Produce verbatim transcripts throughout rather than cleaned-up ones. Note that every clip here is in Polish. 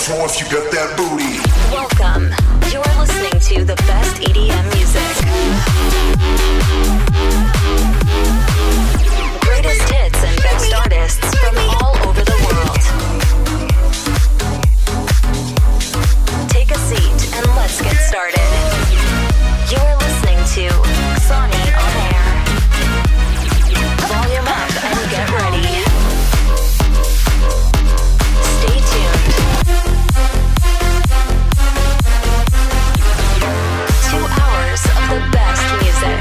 floor if you got that booty. Welcome. You are listening to the best E D M music. Greatest hits and best artists from all over the world. Take a seat and let's get started. You are listening to Xoni On Air. Volume up and get ready. Stay tuned. Two hours of the best music.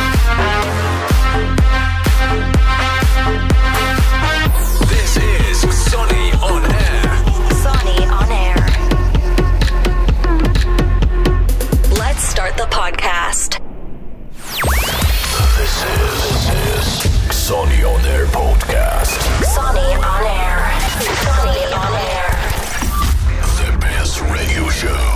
This is Xoni On Air. Xoni On Air. Let's start the podcast. This is, this is Xoni On Air podcast. Xoni On Air. Xoni On Air. The best radio show.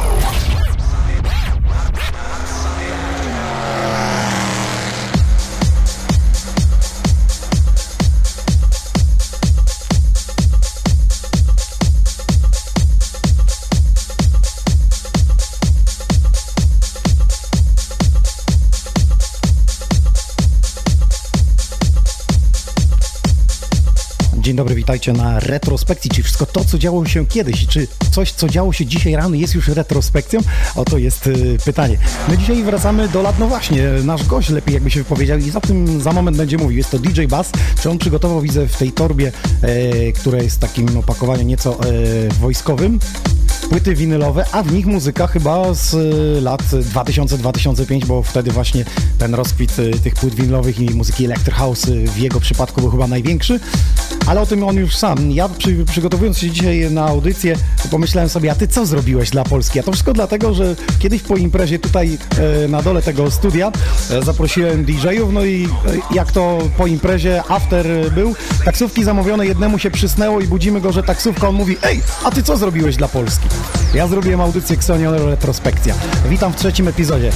Dzień dobry, witajcie na retrospekcji. Czy wszystko to, co działo się kiedyś, czy coś, co działo się dzisiaj rano, jest już retrospekcją? Oto jest y, pytanie. My dzisiaj wracamy do lat, no właśnie, nasz gość lepiej jakby się wypowiedział i za tym za moment będzie mówił. Jest to D J Bass. Czy on przygotował, widzę w tej torbie, e, która jest takim opakowaniem nieco e, wojskowym, płyty winylowe, a w nich muzyka chyba z y, lat dwa tysiące do dwa tysiące piątego, bo wtedy właśnie ten rozkwit y, tych płyt winylowych i muzyki Electro House y, w jego przypadku był chyba największy, ale o tym on już sam. Ja przy, przygotowując się dzisiaj na audycję, pomyślałem sobie, a ty co zrobiłeś dla Polski? A to wszystko dlatego, że kiedyś po imprezie tutaj y, na dole tego studia y, zaprosiłem D J-ów, no i y, jak to po imprezie after y, był, taksówki zamówione, jednemu się przysnęło i budzimy go, że taksówka, on mówi, ej, a ty co zrobiłeś dla Polski? Ja zrobiłem audycję Xoni On Air Retrospekcja. Witam w trzecim epizodzie.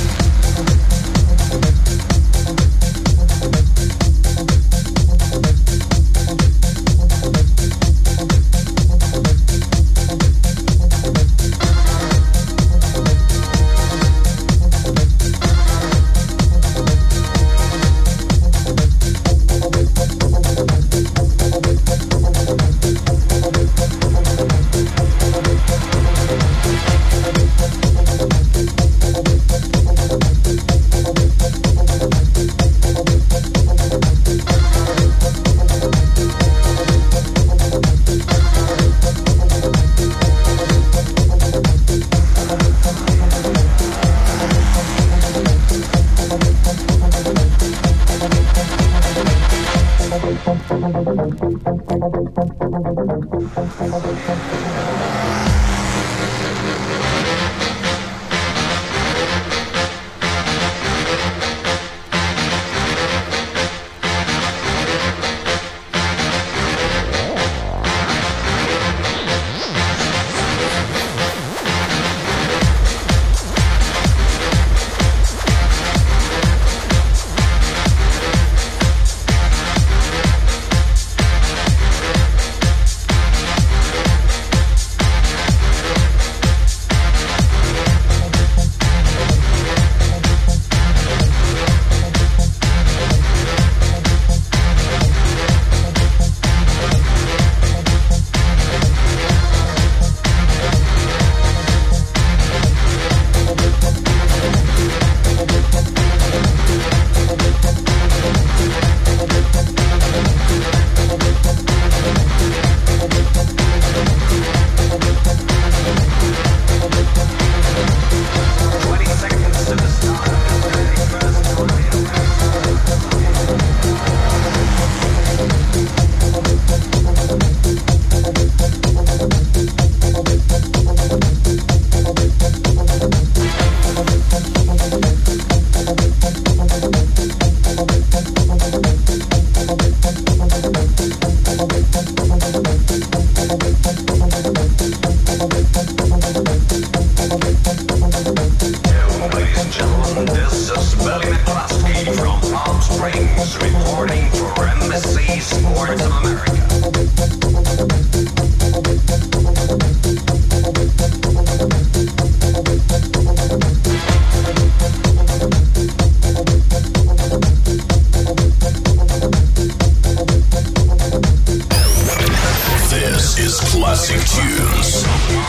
Classic tunes.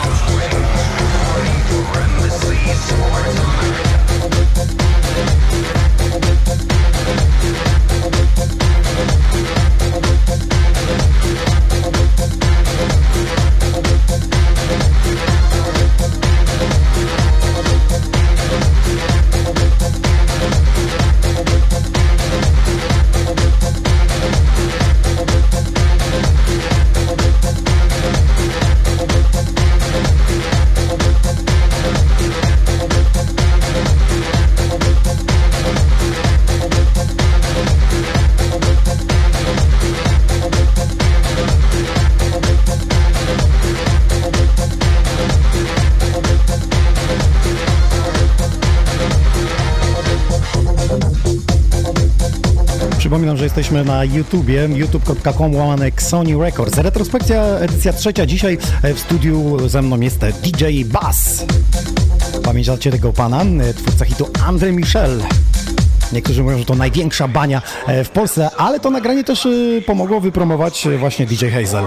Przypominam, że jesteśmy na YouTubie, youtube kropka com łamane Sony Records. Retrospekcja, edycja trzecia. Dzisiaj w studiu ze mną jest D J Bass. Pamiętacie tego pana? Twórca hitu André Michel. Niektórzy mówią, że to największa bania w Polsce, ale to nagranie też pomogło wypromować właśnie D J Hazel.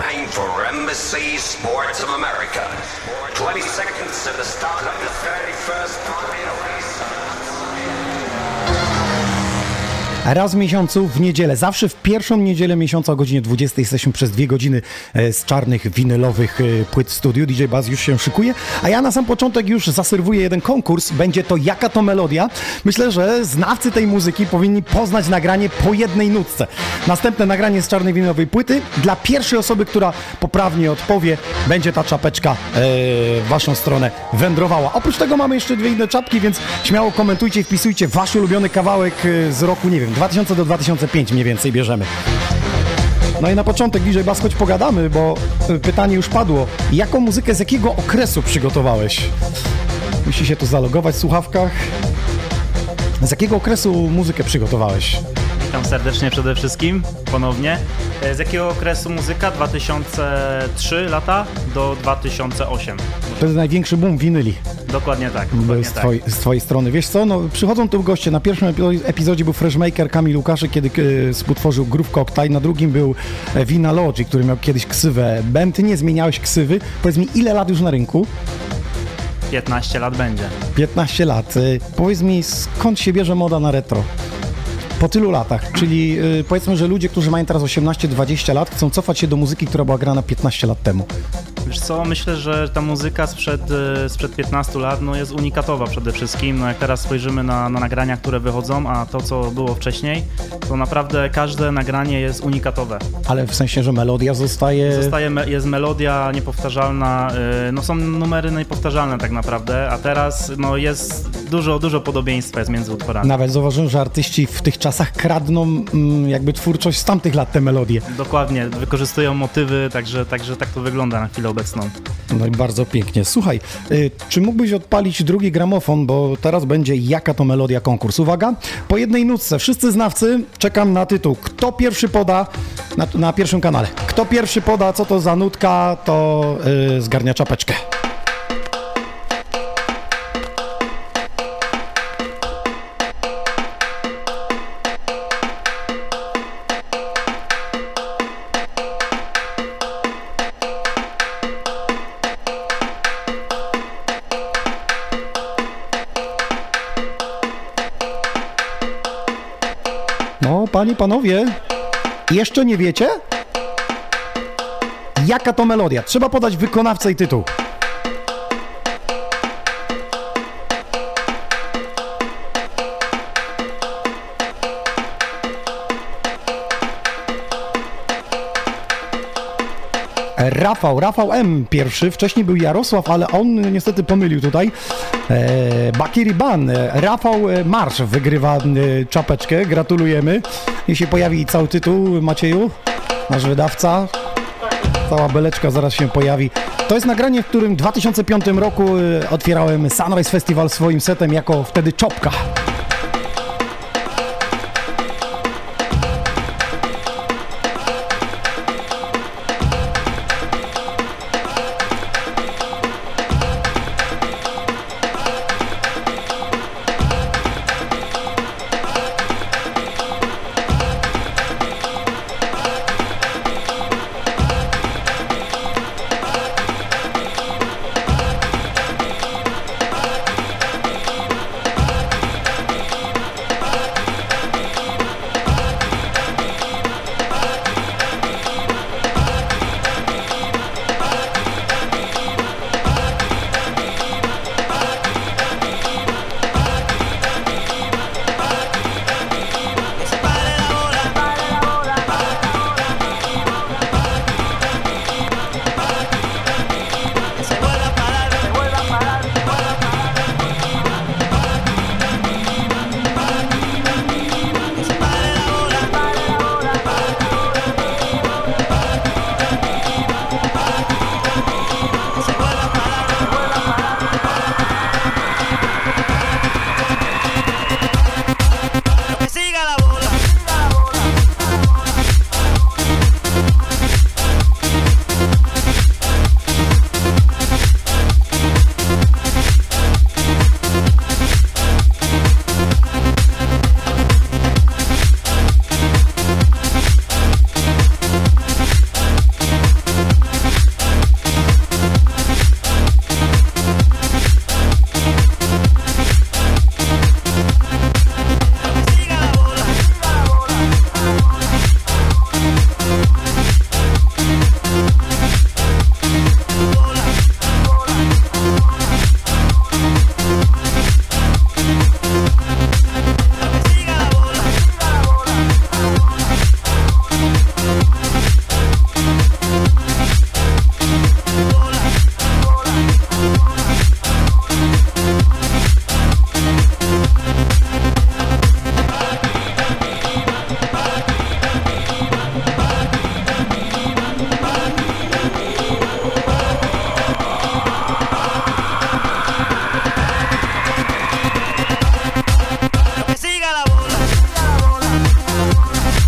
Raz w miesiącu w niedzielę, zawsze w pierwszą niedzielę miesiąca o godzinie dwudziestej jesteśmy przez dwie godziny z czarnych winylowych płyt w studiu. D J Bass już się szykuje, a ja na sam początek już zaserwuję jeden konkurs. Będzie to Jaka to melodia? Myślę, że znawcy tej muzyki powinni poznać nagranie po jednej nutce. Następne nagranie z czarnej winylowej płyty. Dla pierwszej osoby, która poprawnie odpowie, będzie ta czapeczka e, w waszą stronę wędrowała. Oprócz tego mamy jeszcze dwie inne czapki, więc śmiało komentujcie i wpisujcie wasz ulubiony kawałek z roku, nie wiem, dwa tysiące do dwa tysiące piątego mniej więcej bierzemy. No i na początek, D J Bass, choć pogadamy, bo pytanie już padło. Jaką muzykę z jakiego okresu przygotowałeś? Musi się tu zalogować w słuchawkach. Z jakiego okresu muzykę przygotowałeś? Witam serdecznie przede wszystkim, ponownie. Z jakiego okresu muzyka? dwa tysiące trzy lata do dwa tysiące osiem. To jest największy boom winyli. Dokładnie tak. Dokładnie z, twoj, z twojej strony. Wiesz co, no przychodzą tu goście. Na pierwszym epizodzie był Freshmaker Kamil Łukaszek, kiedy y, współtworzył Groove Cocktail. Na drugim był Vinalogy, który miał kiedyś ksywę Bem. Ty nie zmieniałeś ksywy. Powiedz mi, ile lat już na rynku? piętnaście lat będzie. piętnaście lat. Y, powiedz mi, skąd się bierze moda na retro? Po tylu latach, czyli yy, powiedzmy, że ludzie, którzy mają teraz osiemnaście dwadzieścia lat, chcą cofać się do muzyki, która była grana piętnaście lat temu. Wiesz co, myślę, że ta muzyka sprzed, sprzed piętnastu lat no, jest unikatowa przede wszystkim. No, jak teraz spojrzymy na, na nagrania, które wychodzą, a to, co było wcześniej, to naprawdę każde nagranie jest unikatowe. Ale w sensie, że melodia zostaje... Zostaje, jest melodia niepowtarzalna, yy, no są numery niepowtarzalne tak naprawdę, a teraz no, jest dużo, dużo podobieństwa jest między utworami. Nawet zauważyłem, że artyści w tych czasach kradną mm, jakby twórczość z tamtych lat, te melodie. Dokładnie, wykorzystują motywy, także, także tak to wygląda na chwilę obecną. No i bardzo pięknie. Słuchaj, y, czy mógłbyś odpalić drugi gramofon, bo teraz będzie Jaka to melodia konkurs. Uwaga, po jednej nutce, wszyscy znawcy, czekam na tytuł. Kto pierwszy poda na, na pierwszym kanale? Kto pierwszy poda, co to za nutka, to y, zgarnia czapeczkę. No, panie, panowie, jeszcze nie wiecie? Jaka to melodia? Trzeba podać wykonawcę i tytuł. Rafał, Rafał M. pierwszy, wcześniej był Jarosław, ale on niestety pomylił tutaj. E, Bakiri Ban, Rafał Marsz wygrywa e, czapeczkę, gratulujemy. Jeśli pojawi cały tytuł, Macieju, nasz wydawca, cała beleczka zaraz się pojawi. To jest nagranie, w którym w dwa tysiące piątym roku e, otwierałem Sunrise Festival swoim setem jako wtedy czopka.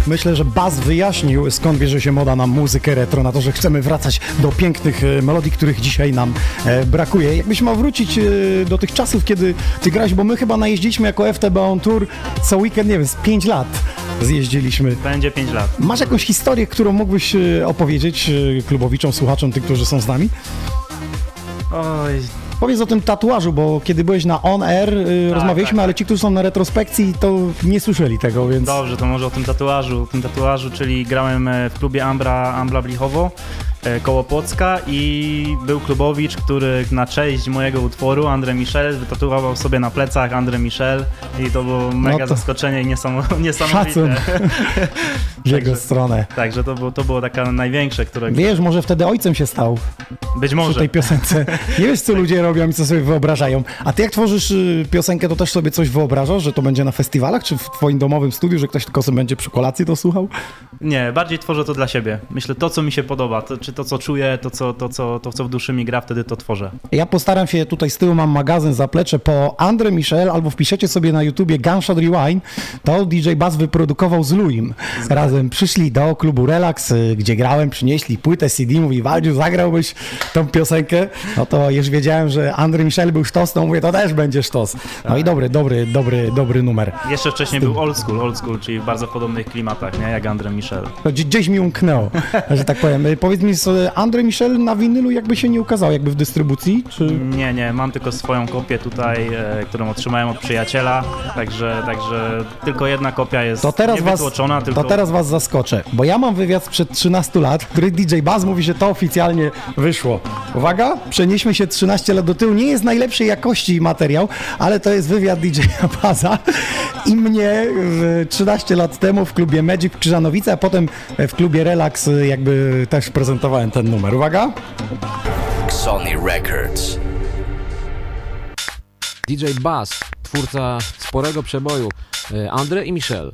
Myślę, że Baz wyjaśnił, skąd bierze się moda na muzykę retro, na to, że chcemy wracać do pięknych e, melodii, których dzisiaj nam e, brakuje. Jakbyś miał wrócić e, do tych czasów, kiedy ty grałeś, bo my chyba najeździliśmy jako F T B On Tour co weekend, nie wiem, z pięć lat zjeździliśmy. Będzie pięć lat. Masz jakąś historię, którą mógłbyś e, opowiedzieć e, klubowiczom, słuchaczom, tych, którzy są z nami? Oj... Powiedz o tym tatuażu, bo kiedy byłeś na On Air, yy, tak, rozmawialiśmy, tak, ale tak. ci, którzy są na retrospekcji, to nie słyszeli tego, więc... Dobrze, to może o tym tatuażu. O tym tatuażu, czyli grałem w klubie Ambra, Ambla Blichowo e, koło Płocka i był klubowicz, który na cześć mojego utworu, André Michel, wytatuował sobie na plecach André Michel i to było mega No to... zaskoczenie i niesamowite. niesamowite. Szacun w jego stronę. Także to było, to było taka największe, które... Wiesz, może wtedy ojcem się stał. Być może. Przy tej piosence. Nie wiesz, co ludzie robią i co sobie wyobrażają. A ty jak tworzysz y, piosenkę, to też sobie coś wyobrażasz, że to będzie na festiwalach, czy w twoim domowym studiu, że ktoś tylko sobie będzie przy kolacji to słuchał? Nie, bardziej tworzę to dla siebie. Myślę, to co mi się podoba, to, czy to co czuję, to co, to, co, to co w duszy mi gra, wtedy to tworzę. Ja postaram się, tutaj z tyłu mam magazyn, zaplecze po André Michel, albo wpiszecie sobie na YouTubie Gunshot Rewind, to D J Baz wyprodukował z Louim. Razem przyszli do klubu Relax, y, gdzie grałem, przynieśli płytę C D, mówi, Waldziu, zagrałbyś tą piosenkę? No to już wiedziałem, że André Michel był sztos, to mówię, to też będzie sztos. No i dobry, dobry, dobry, dobry numer. Jeszcze wcześniej był old school, old school, czyli w bardzo podobnych klimatach, nie? Jak André Michel. To gdzieś mi umknęło, że tak powiem. Powiedz mi, André Michel na winylu jakby się nie ukazał, jakby w dystrybucji? Czy... Nie, nie, mam tylko swoją kopię tutaj, e, którą otrzymałem od przyjaciela, także, także tylko jedna kopia jest to teraz niewytłoczona, was, tylko... To teraz was zaskoczę, bo ja mam wywiad sprzed trzynastu lat, który D J Baz mówi, że to oficjalnie wyszło. Uwaga, przenieśmy się trzynaście lat do tyłu. Nie jest najlepszej jakości materiał, ale to jest wywiad D J Baza i mnie trzynaście lat temu w klubie Magic w Krzyżanowice, a potem w klubie Relax jakby też prezentowałem ten numer. Uwaga! Sony Records. D J Baz, twórca sporego przeboju, André i Michel.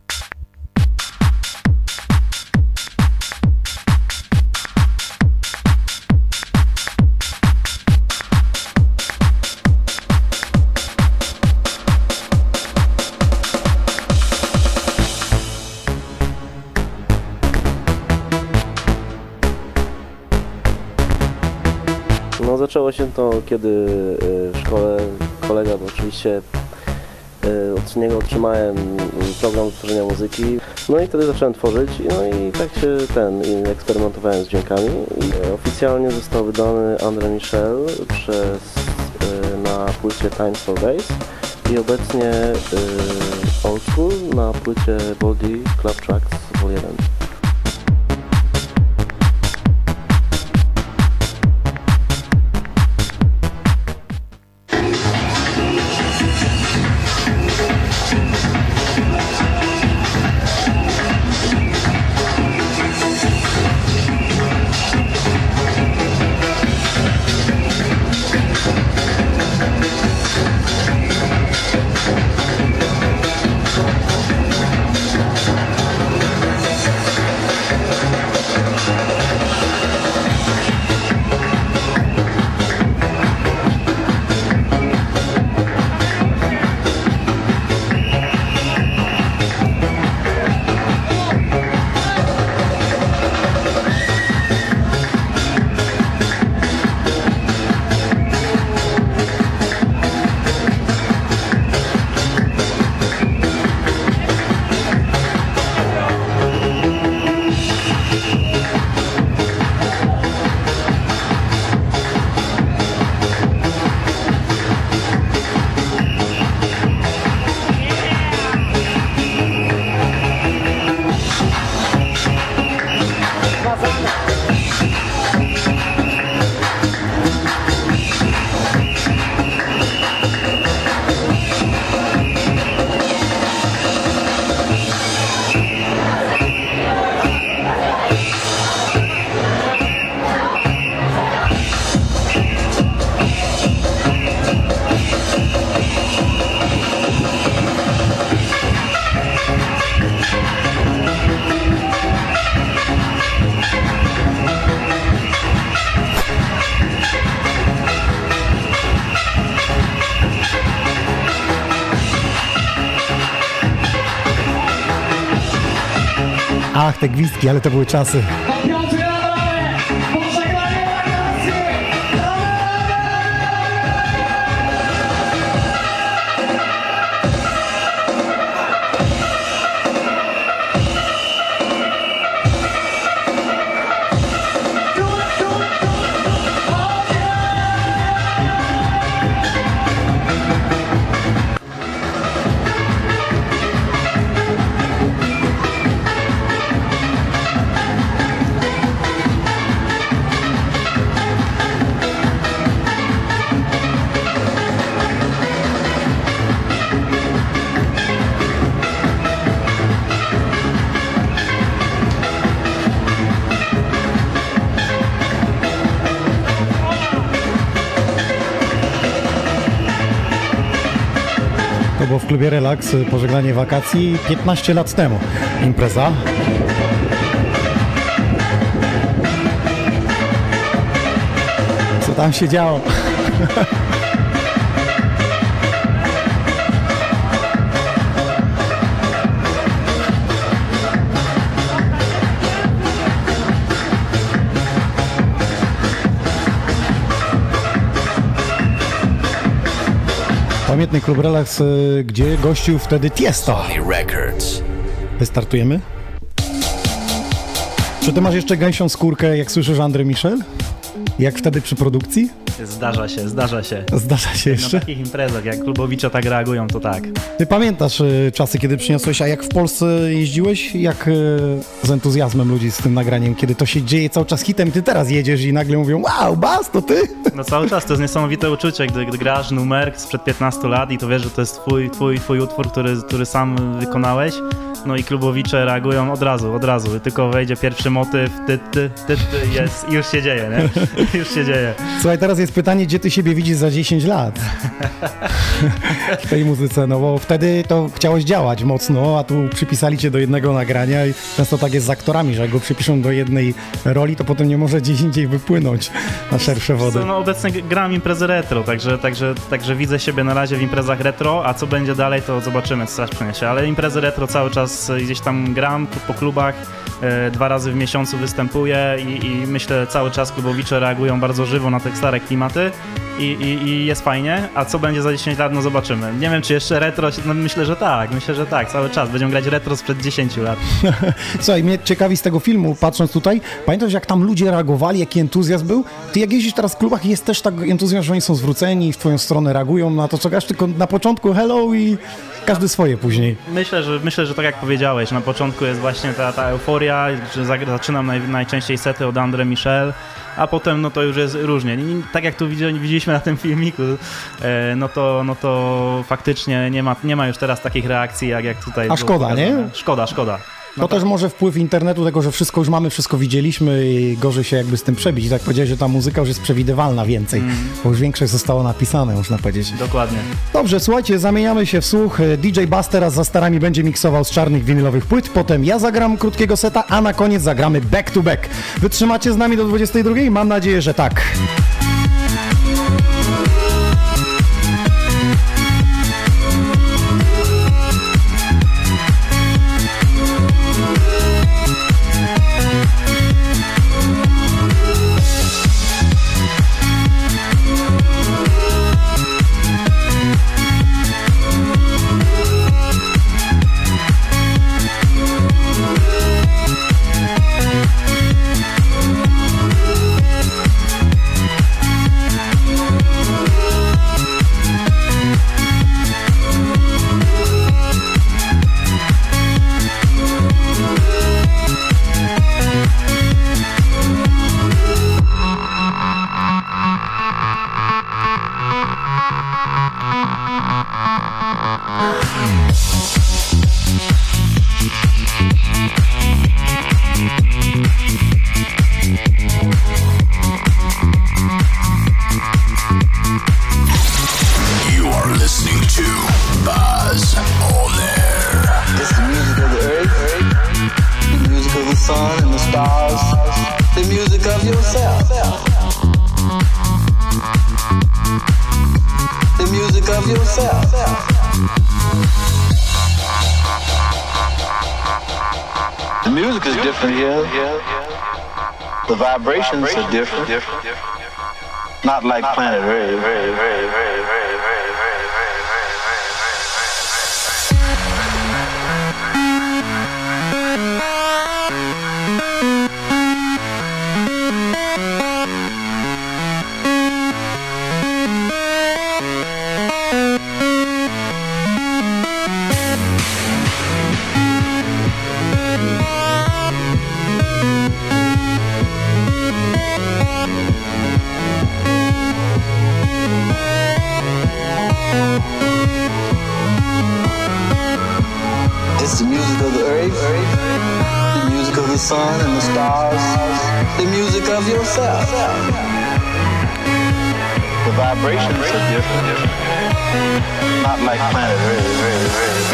No zaczęło się to, kiedy w szkole kolega, bo oczywiście od niego otrzymałem program do tworzenia muzyki, no i wtedy zacząłem tworzyć, no i tak się ten, i eksperymentowałem z dźwiękami i oficjalnie został wydany André Michel przez, na płycie Times for Bass i obecnie Old School na płycie Body Club Tracks Vol jeden. Ach, te gwizdki, ale to były czasy. To było w klubie Relax, pożegnanie wakacji piętnaście lat temu. Impreza. Co tam się działo? Pamiętny klub Relax, gdzie gościł wtedy Tiesto. Records. Wystartujemy? Czy ty masz jeszcze gęsią skórkę, jak słyszysz André Michel? Jak wtedy przy produkcji? Zdarza się, zdarza się. Zdarza się jeszcze? Na takich imprezach, jak klubowicze tak reagują, to tak. Ty pamiętasz y, czasy, kiedy przyniosłeś, a jak w Polsce jeździłeś? Jak y, z entuzjazmem ludzi z tym nagraniem, kiedy to się dzieje cały czas hitem, ty teraz jedziesz i nagle mówią, wow, Bas, to ty? No cały czas, to jest niesamowite uczucie, gdy, gdy grasz numer sprzed piętnastu lat i to wiesz, że to jest twój, twój, twój utwór, który, który sam wykonałeś. No i klubowicze reagują od razu, od razu. Tylko wejdzie pierwszy motyw, ty, ty, ty, ty, jest, już się dzieje, nie? Już się dzieje. Słuchaj, teraz jest pytanie, gdzie ty siebie widzisz za dziesięć lat w tej muzyce, no bo wtedy to chciałeś działać mocno, a tu przypisali cię do jednego nagrania i często tak jest z aktorami, że jak go przypiszą do jednej roli, to potem nie może gdzieś indziej wypłynąć na szersze wody. No obecnie gram imprezy retro, także, także, także widzę siebie na razie w imprezach retro, a co będzie dalej, to zobaczymy, co coś przyniesie, ale imprezy retro cały czas gdzieś tam gram po klubach, e, dwa razy w miesiącu występuję i, i myślę, cały czas klubowicze reagują bardzo żywo na te stare klimaty i, i, i jest fajnie, a co będzie za dziesięć lat, no zobaczymy. Nie wiem, czy jeszcze retro, no myślę, że tak, myślę, że tak, cały czas. Będziemy grać retro sprzed dziesięciu lat. Słuchaj, mnie ciekawi z tego filmu, patrząc tutaj, pamiętasz, jak tam ludzie reagowali, jaki entuzjazm był? Ty jak jeździsz teraz w klubach, jest też tak entuzjazm, że oni są zwróceni i w twoją stronę reagują na to, co grasz, tylko na początku hello i każdy swoje później. Myślę, że myślę, że tak jak powiedziałeś, na początku jest właśnie ta, ta euforia, że zaczynam naj, najczęściej sety od André Michel, a potem no to już jest różnie. I tak jak tu widzieliśmy na tym filmiku, no to, no to faktycznie nie ma, nie ma już teraz takich reakcji, jak, jak tutaj. A szkoda, nie? Szkoda, szkoda. No to tak. Też może wpływ internetu, tego, że wszystko już mamy, wszystko widzieliśmy i gorzej się jakby z tym przebić. I tak powiedziałeś, że ta muzyka już jest przewidywalna więcej, mm. bo już większość zostało napisane, można powiedzieć. Dokładnie. Dobrze, słuchajcie, zamieniamy się w słuch. D J Bas teraz za starami będzie miksował z czarnych winylowych płyt, potem ja zagram krótkiego seta, a na koniec zagramy back to back. Wytrzymacie z nami do dwudziestej drugiej? Mam nadzieję, że tak. The music is different here. The vibrations are different. Not like planet Earth. It's the music of the earth, the music of the sun and the stars, the music of yourself. The vibrations are different, not like planet Earth.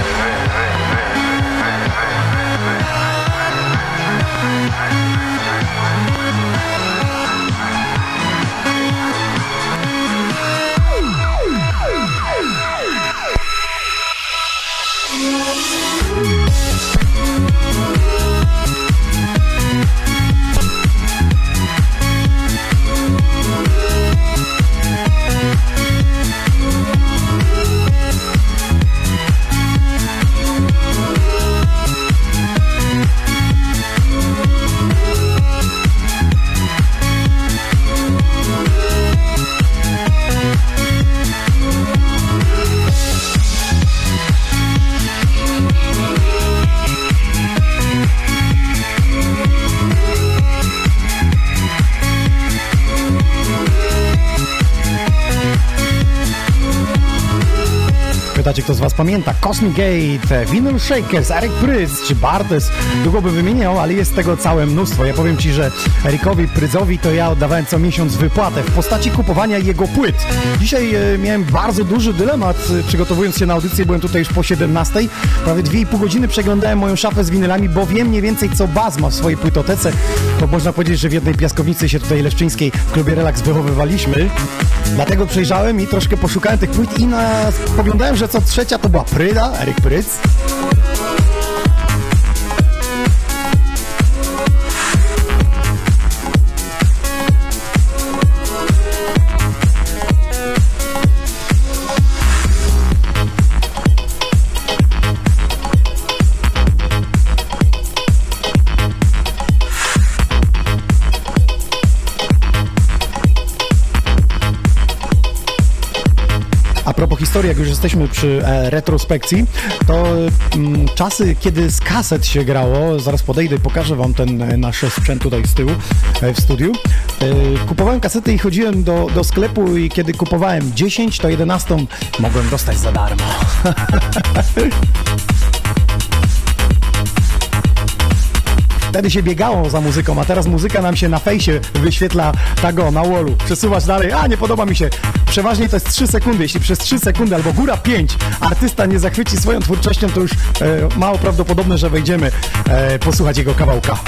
Pytacie, kto z was pamięta? Cosmic Gate, Vinyl Shakers, Eric Prydz czy Bartes. Długo by wymieniał, ale jest tego całe mnóstwo. Ja powiem ci, że Ericowi Prydzowi to ja oddawałem co miesiąc wypłatę w postaci kupowania jego płyt. Dzisiaj e, miałem bardzo duży dylemat, przygotowując się na audycję, byłem tutaj już po siedemnastej. Prawie dwie i pół godziny przeglądałem moją szafę z winylami, bo wiem mniej więcej, co Baz ma w swojej płytotece. To można powiedzieć, że w jednej piaskownicy się tutaj leszczyńskiej w klubie Relax wychowywaliśmy. Dlatego przejrzałem i troszkę poszukałem tych płyt i na... poglądałem, że co trzecia to była Pryda, Eric Prydz. A propos historii, jak już jesteśmy przy e, retrospekcji, to mm, czasy, kiedy z kaset się grało, zaraz podejdę i pokażę wam ten e, nasz sprzęt tutaj z tyłu e, w studiu. E, kupowałem kasety i chodziłem do, do sklepu i kiedy kupowałem dziesięć, to jedenastą mogłem dostać za darmo. Wtedy się biegało za muzyką, a teraz muzyka nam się na fejsie wyświetla tak o, na wallu. Przesuwasz dalej, a nie podoba mi się. Przeważnie to jest trzy sekundy. Jeśli przez trzy sekundy albo góra pięć artysta nie zachwyci swoją twórczością, to już e, mało prawdopodobne, że wejdziemy e, posłuchać jego kawałka.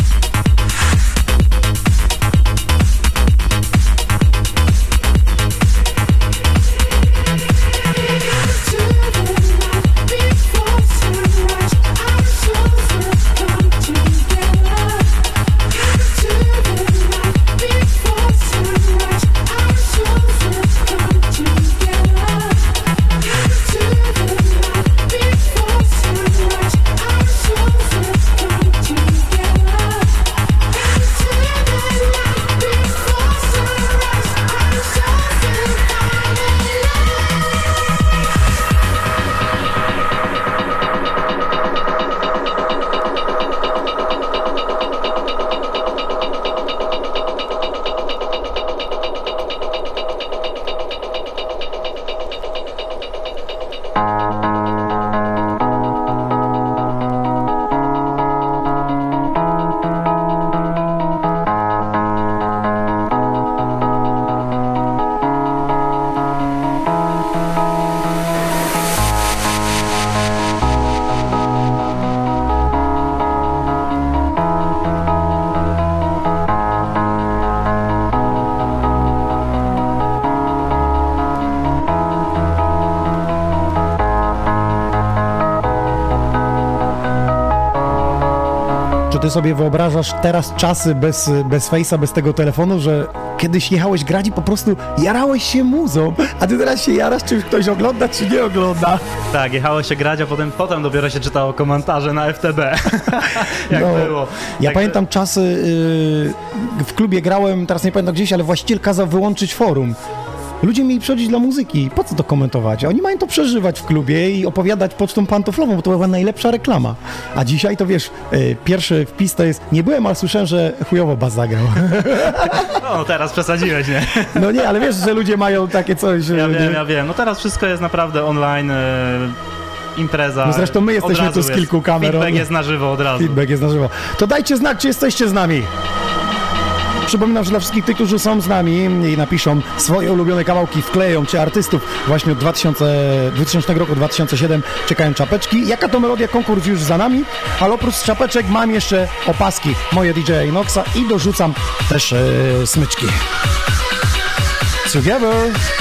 to ty sobie wyobrażasz teraz czasy bez, bez Face'a, bez tego telefonu, że kiedyś jechałeś grać i po prostu jarałeś się muzą, a ty teraz się jarasz, czy ktoś ogląda, czy nie ogląda. Tak, jechało się grać, a potem, potem dopiero się czytało komentarze na F T B. Jak No, było. Ja Tak, pamiętam czasy, yy, w klubie grałem, teraz nie pamiętam gdzieś, ale właściciel kazał wyłączyć forum. Ludzie mieli przychodzić dla muzyki, po co to komentować? Oni mają to przeżywać w klubie i opowiadać pocztą pantoflową, bo to była najlepsza reklama. A dzisiaj to wiesz, yy, pierwszy wpis to jest, nie byłem, ale słyszałem, że chujowo bas zagrał. No teraz przesadziłeś, nie? No nie, ale wiesz, że ludzie mają takie coś. Ja nie? wiem, ja wiem. No teraz wszystko jest naprawdę online, e, impreza. No zresztą my Od jesteśmy razu tu z jest. kilku kamer. Feedback jest na żywo od razu. Feedback jest na żywo. To dajcie znak, czy jesteście z nami. Przypominam, że dla wszystkich tych, którzy są z nami i napiszą swoje ulubione kawałki, wkleją, czy artystów właśnie od dwutysięcznego roku, dwa tysiące siódmego czekają czapeczki. Jaka to melodia, konkurs już za nami, ale oprócz czapeczek mam jeszcze opaski moje D J Inoxa i dorzucam też e, smyczki. Together.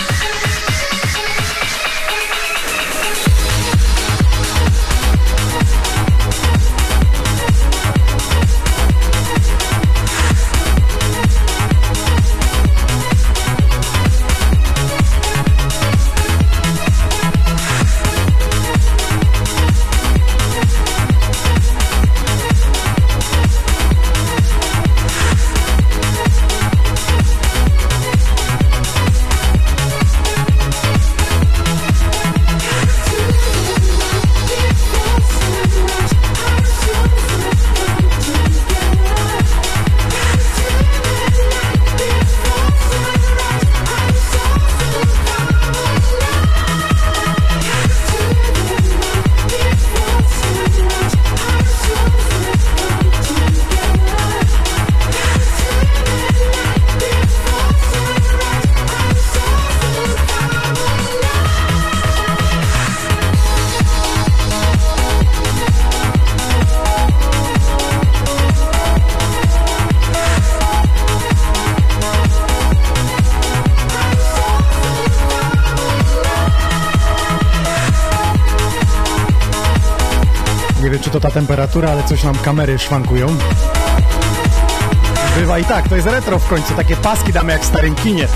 Nie wiem, czy to ta temperatura, ale coś nam kamery szwankują. Bywa i tak, to jest retro w końcu, takie paski damy jak w starym kinie.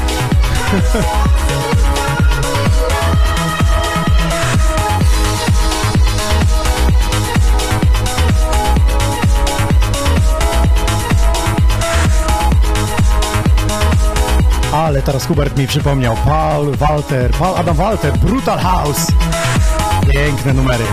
Ale teraz Hubert mi przypomniał, Paul Walter, Paul Adam Walter, Brutal House. Piękne numery.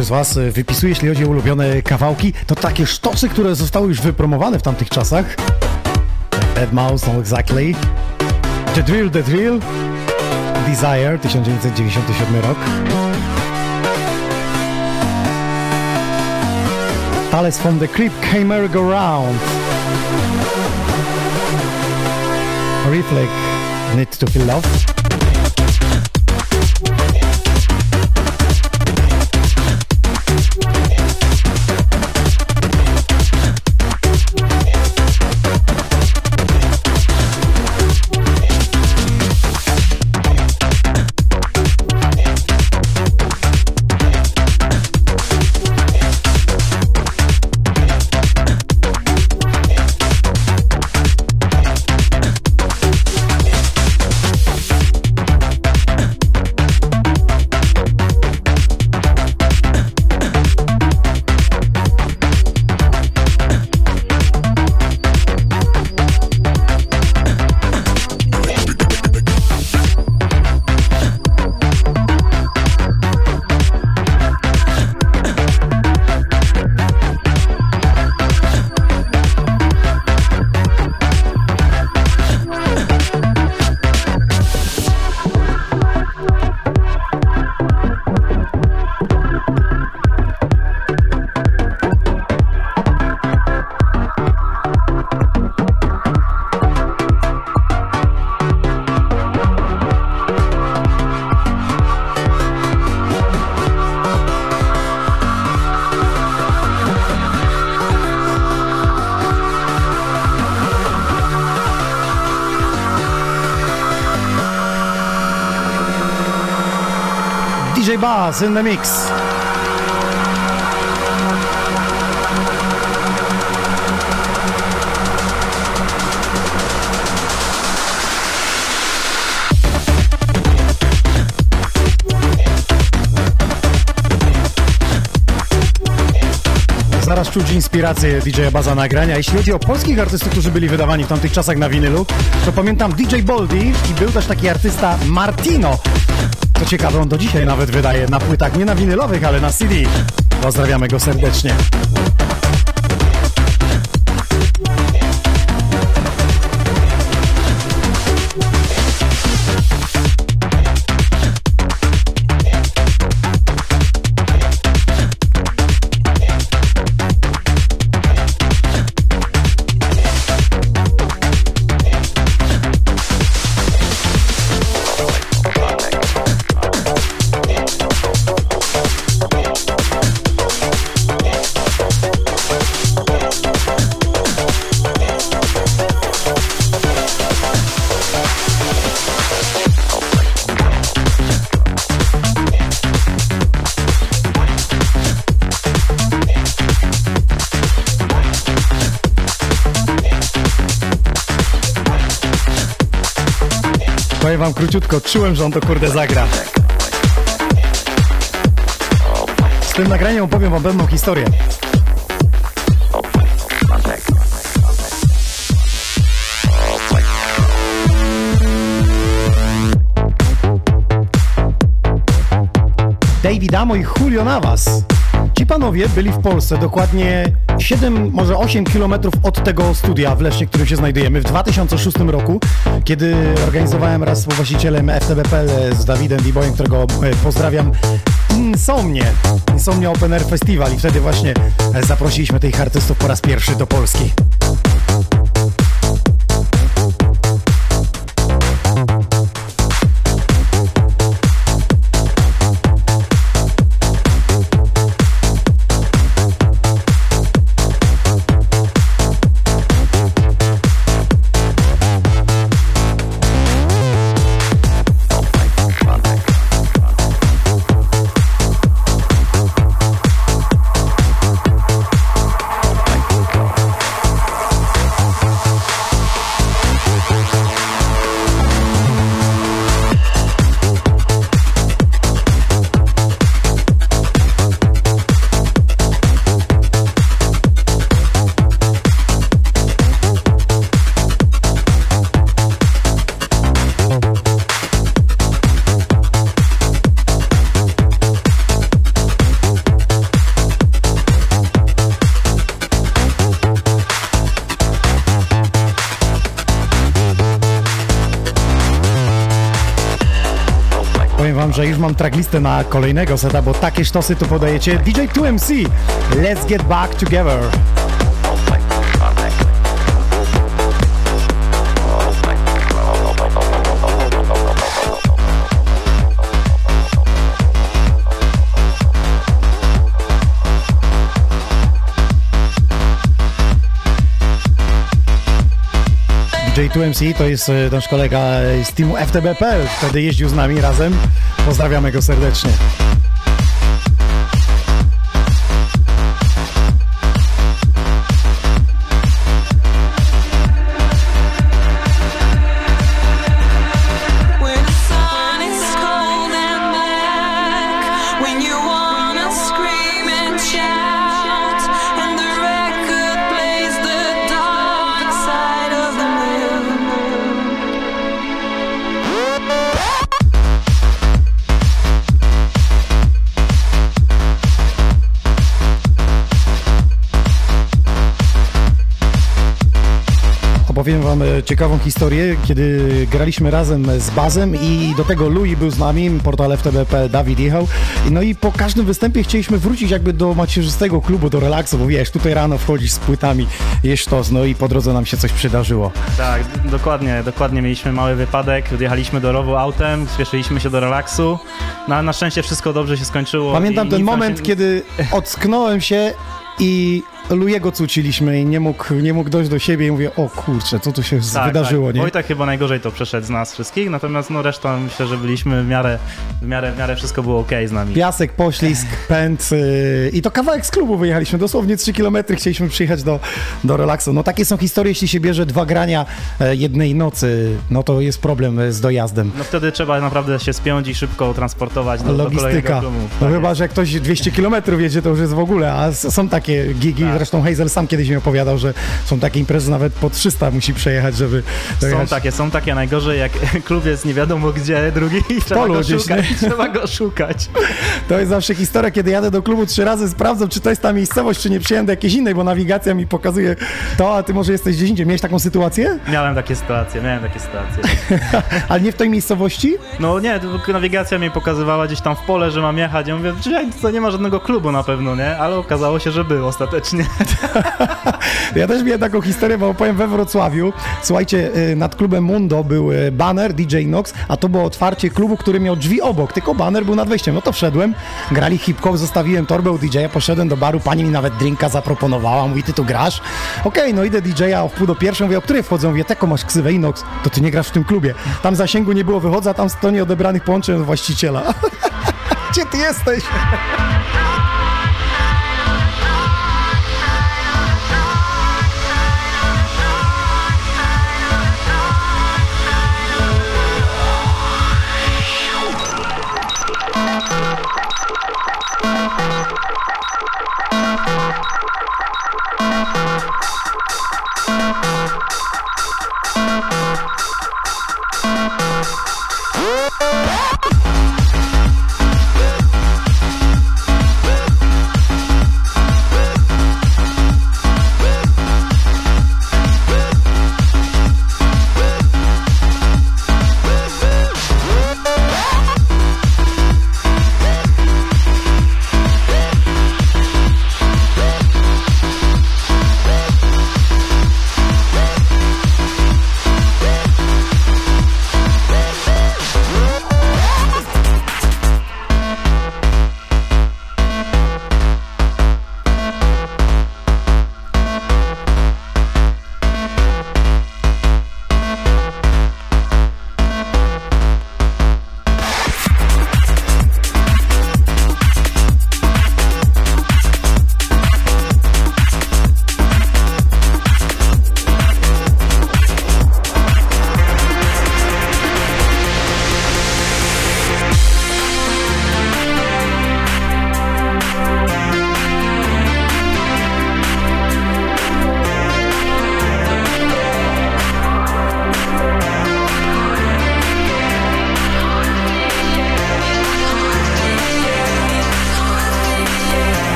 z Was wypisuje, jeśli chodzi o ulubione kawałki, to takie sztosy, które zostały już wypromowane w tamtych czasach. deadmau five, no exactly. The Drill, The Drill, Desire, tysiąc dziewięćset dziewięćdziesiąty siódmy rok. Tales from the Crypt, Hey Merry-Go-Round. Reflect, Need to Feel Love. D J Buzz in the mix. Zaraz czuć inspirację D J Buzza nagrania. Jeśli chodzi o polskich artystów, którzy byli wydawani w tamtych czasach na winylu, to pamiętam D J Boldy i był też taki artysta Martino. Co ciekawe, on do dzisiaj nawet wydaje na płytach, nie na winylowych, ale na C D. Pozdrawiamy go serdecznie. Powiem wam króciutko, czułem, że on to kurde zagra. Z tym nagraniem opowiem wam pewną historię. David Amo i Julio Navas. Ci panowie byli w Polsce dokładnie siedem, może osiem kilometrów od tego studia w Lesznie, w którym się znajdujemy, w dwa tysiące szóstym roku, kiedy organizowałem raz z właścicielem F T B P L z Dawidem D-Boyem, którego pozdrawiam, Insomnie, Insomnia Open Air Festival, i wtedy właśnie zaprosiliśmy tych artystów po raz pierwszy do Polski. wam, że już mam tracklistę na kolejnego seta, bo takie sztosy tu podajecie. D J two M C, let's get back together. D J two M C to jest nasz kolega z teamu F T B P L, wtedy jeździł z nami razem. Pozdrawiamy go serdecznie. Powiem wam ciekawą historię, kiedy graliśmy razem z Bazem i do tego Louis był z nami, portal F T B P, Dawid jechał. No i po każdym występie chcieliśmy wrócić jakby do macierzystego klubu, do relaksu, bo wiesz, tutaj rano wchodzisz z płytami, jesz sztos, no i po drodze nam się coś przydarzyło. Tak, dokładnie, dokładnie mieliśmy mały wypadek, jechaliśmy do rowu autem, spieszyliśmy się do relaksu, no, na szczęście wszystko dobrze się skończyło. Pamiętam ten moment, się... kiedy ocknąłem się i Lujego cuciliśmy i nie mógł, nie mógł dojść do siebie i mówię, o kurczę, co tu się tak, wydarzyło, tak. nie? Wojtek chyba najgorzej to przeszedł z nas wszystkich, natomiast no reszta myślę, że byliśmy w miarę, w miarę, w miarę wszystko było okej z nami. Piasek, poślizg, pęd yy, i to kawałek z klubu wyjechaliśmy, dosłownie trzy kilometry chcieliśmy przyjechać do, do relaksu. No takie są historie, jeśli się bierze dwa grania e, jednej nocy, no to jest problem z dojazdem. No wtedy trzeba naprawdę się spiąć i szybko transportować do, do kolejnego klubu. No tak chyba, jest. że jak ktoś dwieście kilometrów jedzie, to już jest w ogóle, a są takie gigi, tak. Zresztą Hazel sam kiedyś mi opowiadał, że są takie imprezy, nawet po trzysta musi przejechać, żeby dojechać. Są takie, są takie, najgorzej jak klub jest nie wiadomo gdzie, drugi i trzeba go gdzieś, szukać, trzeba go szukać. To jest zawsze historia, kiedy jadę do klubu trzy razy, sprawdzam, czy to jest ta miejscowość, czy nie przyjechałem do jakiejś innej, bo nawigacja mi pokazuje to, a ty może jesteś gdzieś indziej. Miałeś taką sytuację? Miałem takie sytuacje, miałem takie sytuacje. Ale nie w tej miejscowości? No nie, nawigacja mi pokazywała gdzieś tam w pole, że mam jechać. Ja mówię, że to nie ma żadnego klubu na pewno, nie? Ale okazało się, że był ostatecznie. Ja też miałem taką historię, bo opowiem we Wrocławiu. Słuchajcie, nad klubem Mundo był baner D J Nox, a to było otwarcie klubu, który miał drzwi obok, tylko baner był nad wejściem. No to wszedłem, grali hip-hop, zostawiłem torbę u D J a, poszedłem do baru, pani mi nawet drinka zaproponowała, mówi, ty tu grasz? Okej, okay, no idę D J a o wpół do pierwszej, mówię, o której wchodzą? Mówię, teko masz ksywę Inox, to ty nie grasz w tym klubie. Tam zasięgu nie było, wychodzę, a tam sto nieodebranych połączeń od właściciela. Gdzie ty jesteś?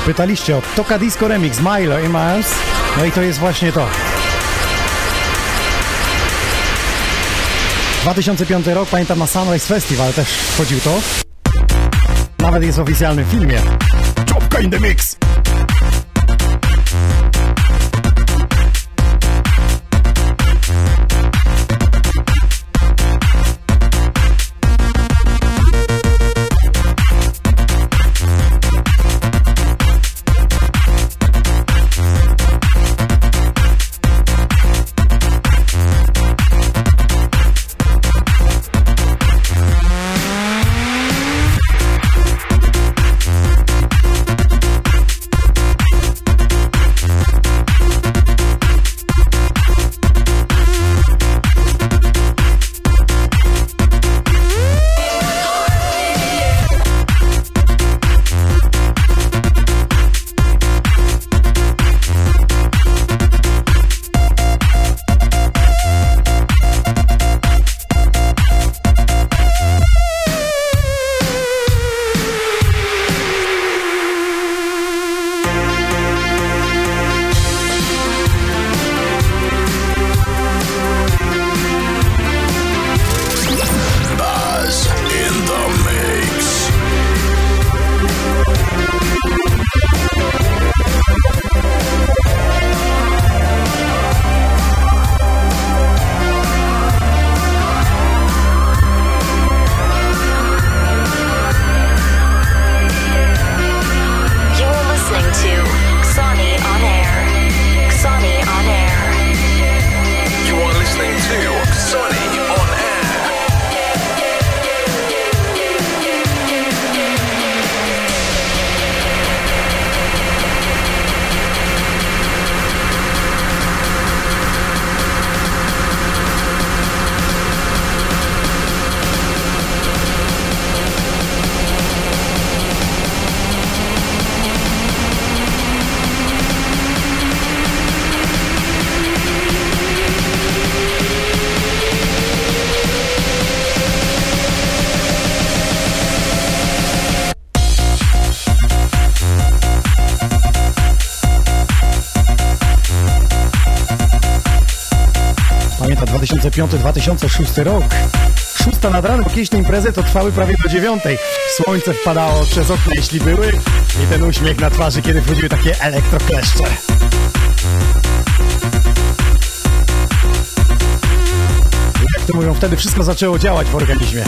Pytaliście o Toka Disco Remix, Milo i Miles. No i to jest właśnie to. dwa tysiące piąty rok, pamiętam, na Sunrise Festival też wchodził to. Nawet jest w oficjalnym filmie. Czopka in the mix! dwa tysiące piąty do dwa tysiące szóstego rok. Szósta nad ranem, jakieś imprezy to trwały prawie do dziewiątej. Słońce wpadało przez okno, jeśli były, i ten uśmiech na twarzy, kiedy wchodziły takie elektrokleszcze. Jak to mówią, wtedy wszystko zaczęło działać w organizmie.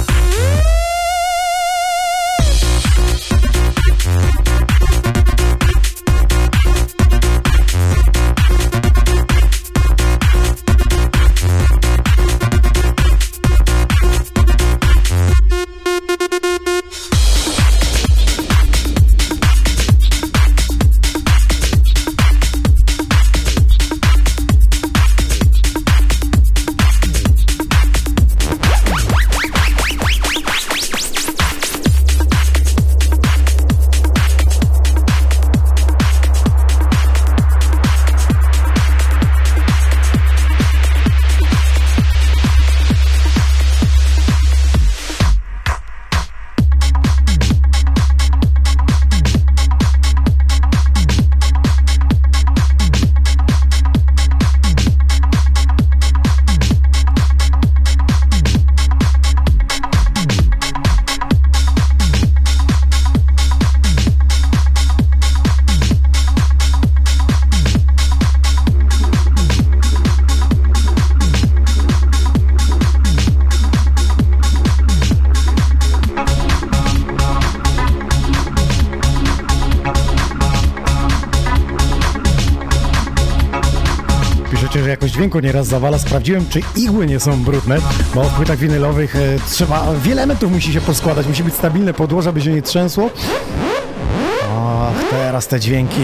Że jakość dźwięku nieraz zawala. Sprawdziłem, czy igły nie są brudne, bo w płytach winylowych e, trzeba, wiele elementów musi się poskładać, musi być stabilne podłoże, aby się nie trzęsło. Ach, teraz te dźwięki.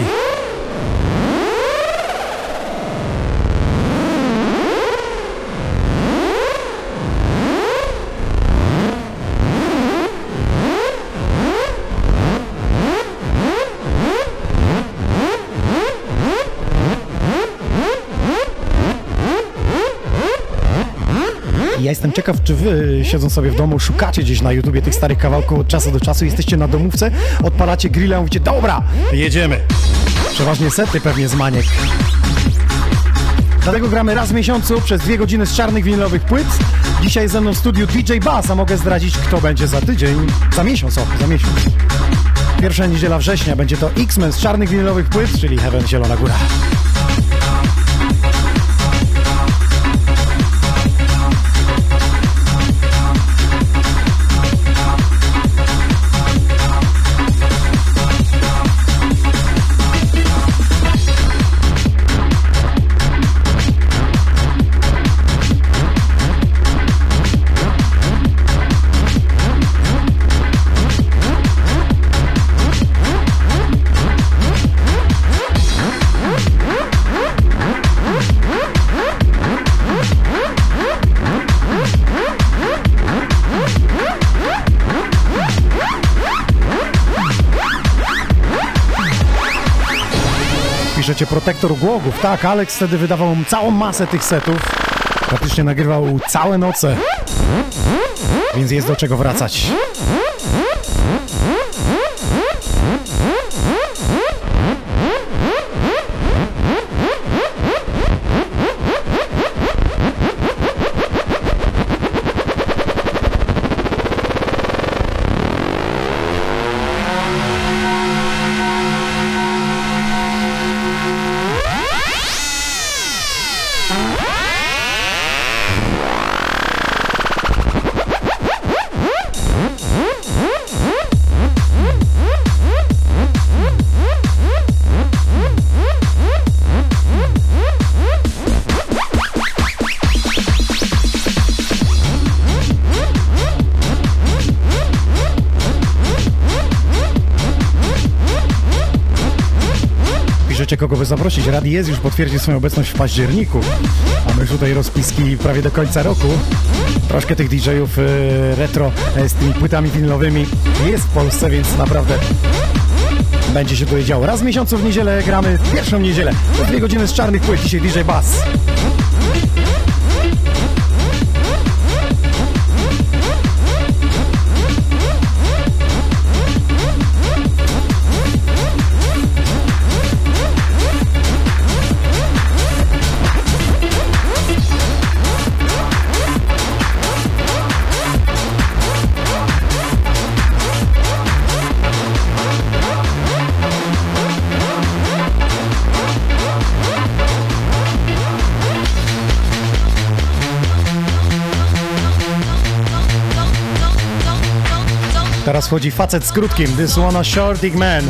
Ja jestem ciekaw, czy wy, siedząc sobie w domu, szukacie gdzieś na YouTubie tych starych kawałków od czasu do czasu, jesteście na domówce, odpalacie grilla i mówicie, dobra, jedziemy. Przeważnie sety pewnie z Maniek. Dlatego gramy raz w miesiącu przez dwie godziny z czarnych winylowych płyt. Dzisiaj ze mną w studiu D J Bass, a mogę zdradzić, kto będzie za tydzień, za miesiąc, o, za miesiąc. Pierwsza niedziela września będzie to X-Men z czarnych winylowych płyt, czyli Heaven, Zielona Góra. Piszecie Protektor Głogów. Tak, Alex wtedy wydawał całą masę tych setów. Praktycznie nagrywał całe noce. Więc jest do czego wracać. Kogo by zaprosić. Radi jest już potwierdził swoją obecność w październiku, a my tutaj rozpiski prawie do końca roku. Troszkę tych D J-ów y, retro y, z tymi płytami winylowymi jest w Polsce, więc naprawdę będzie się tutaj działo. Raz w miesiącu w niedzielę gramy pierwszą niedzielę. To dwie godziny z czarnych płyt. Dzisiaj D J Bass. Teraz wchodzi facet z krótkim. This one a short big man.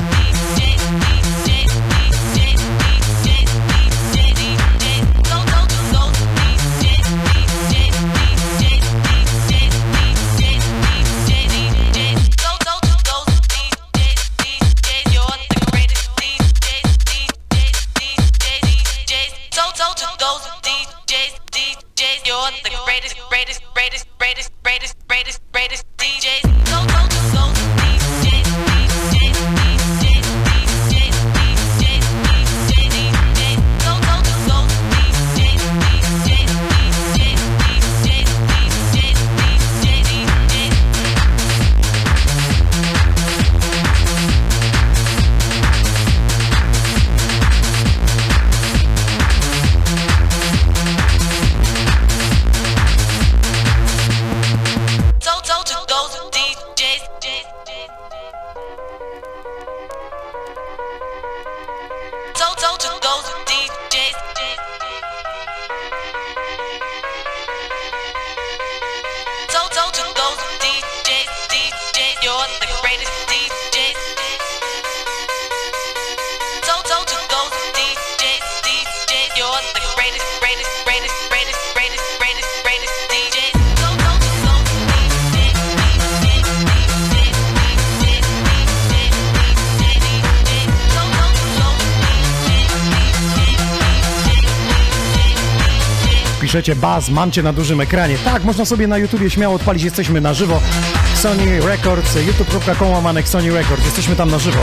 Piszecie Baz, mam cię na dużym ekranie. Tak, można sobie na YouTubie śmiało odpalić, jesteśmy na żywo. Sony Records, youtube kropka com łamanek Sony Records, jesteśmy tam na żywo.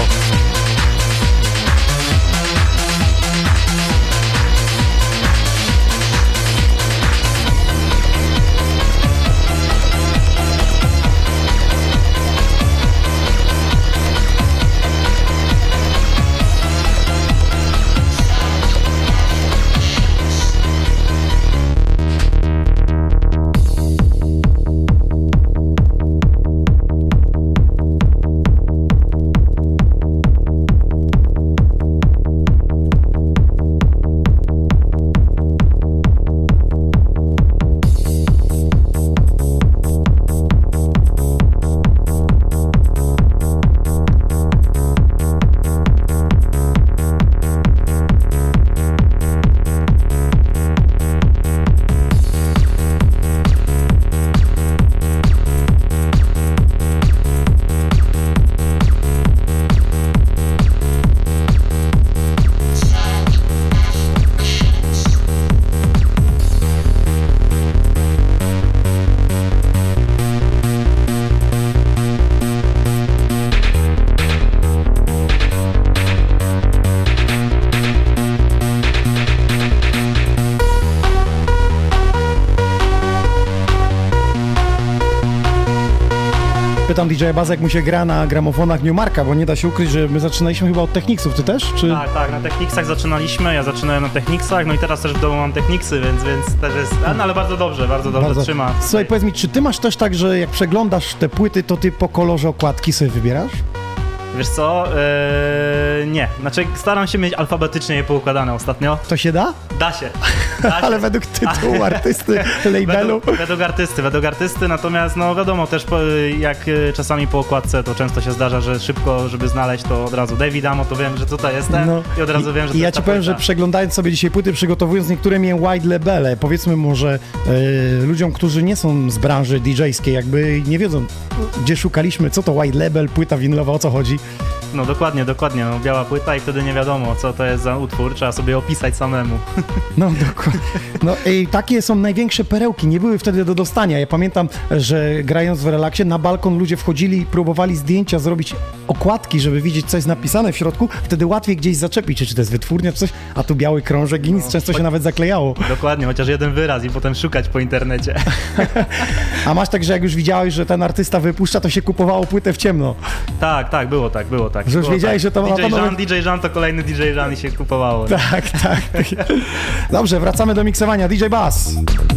spytam D J Baza, jak mu się gra na gramofonach Newmarka, bo nie da się ukryć, że my zaczynaliśmy chyba od Technicsów, ty też? Czy... Tak, tak, na Technicsach zaczynaliśmy, ja zaczynałem na Technicsach, no i teraz też w domu mam Technicsy, więc, więc też jest, no ale bardzo dobrze, bardzo dobrze Bardzo. trzyma. Słuchaj, powiedz mi, czy ty masz też tak, że jak przeglądasz te płyty, to ty po kolorze okładki sobie wybierasz? Wiesz co, eee, nie, znaczy staram się mieć alfabetycznie je poukładane ostatnio. To się da? Da się. Da się. Ale według tytułu artysty, labelu. Według, według artysty, według artysty, natomiast no wiadomo też po, jak e, czasami po okładce to często się zdarza, że szybko, żeby znaleźć to od razu David Amo, to wiem, że tutaj jestem No. i od razu wiem, że to I ja jest ci ta powiem, płyta. że przeglądając sobie dzisiaj płyty, przygotowując niektóre miałem wide labele, powiedzmy może e, ludziom, którzy nie są z branży D J-skiej, jakby nie wiedzą, gdzie szukaliśmy, co to wide label, płyta winylowa, o co chodzi. No dokładnie, dokładnie, no, biała płyta i wtedy nie wiadomo, co to jest za utwór, trzeba sobie opisać samemu. No dokładnie. No i takie są największe perełki, nie były wtedy do dostania. Ja pamiętam, że grając w relaksie, na balkon ludzie wchodzili i próbowali zdjęcia zrobić, okładki, żeby widzieć, co jest napisane w środku, wtedy łatwiej gdzieś zaczepić, czy, czy to jest wytwórnia, czy coś, a tu biały krążek i nic, No, często się cho- nawet zaklejało. Dokładnie, chociaż jeden wyraz i potem szukać po internecie. A masz tak, że jak już widziałeś, że ten artysta wypuszcza, to się kupowało płytę w ciemno. Tak, tak, było tak, było tak. Że już było wiedziałeś, tak. że to ma D J panowie- Jean, D J Jean to kolejny D J Jean i się kupowało. nie? Tak, tak. Dobrze, wracamy do miksowania. D J Bass.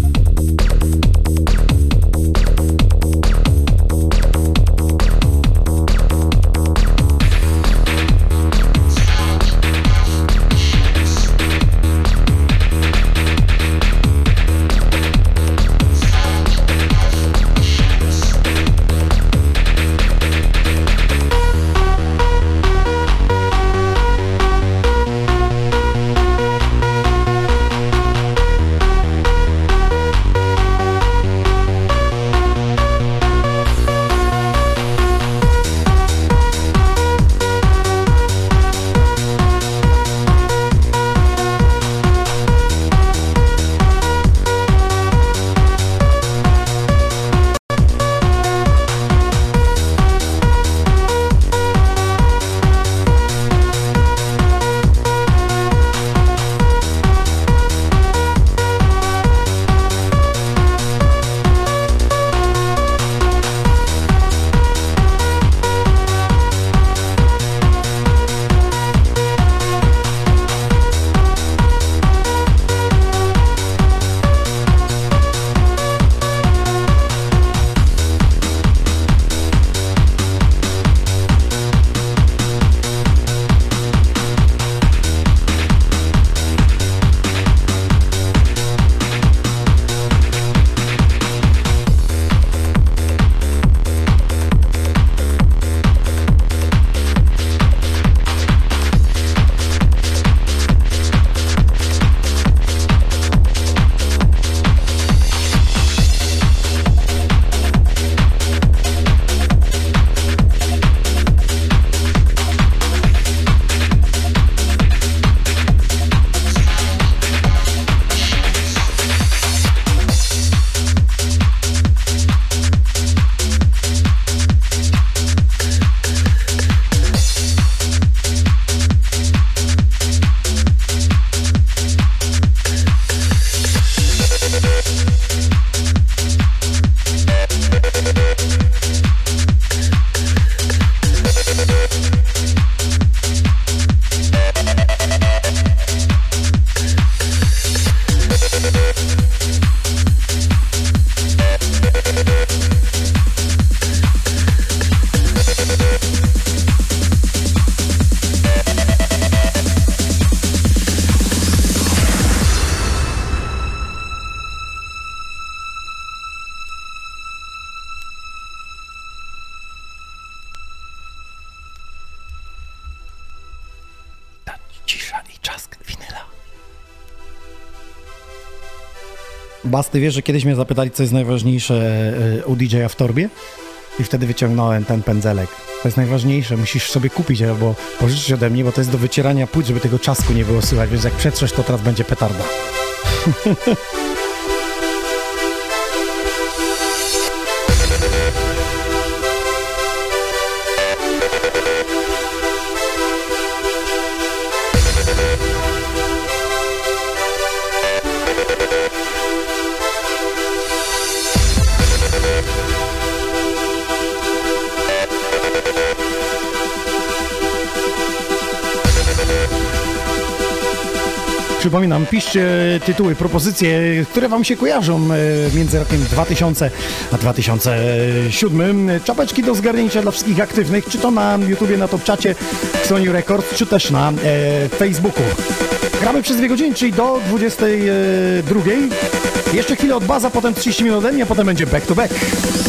Cisza i trzask winyla. Bas, ty wiesz, że kiedyś mnie zapytali, co jest najważniejsze u D J a w torbie? I wtedy wyciągnąłem ten pędzelek. To jest najważniejsze, musisz sobie kupić albo pożyczyć ode mnie, bo to jest do wycierania płyt, żeby tego czasku nie było słychać, więc jak przetrzesz, to teraz będzie petarda. Przypominam, piszcie tytuły, propozycje, które wam się kojarzą między rokiem dwa tysiące a dwa tysiące siódmym. Czapeczki do zgarnięcia dla wszystkich aktywnych, czy to na YouTubie, na Top Czacie Sony Records, czy też na e, Facebooku. Gramy przez dwie godziny, czyli do dwudziestej drugiej. Jeszcze chwilę od baza, potem trzydzieści minut ode mnie, a potem będzie back to back.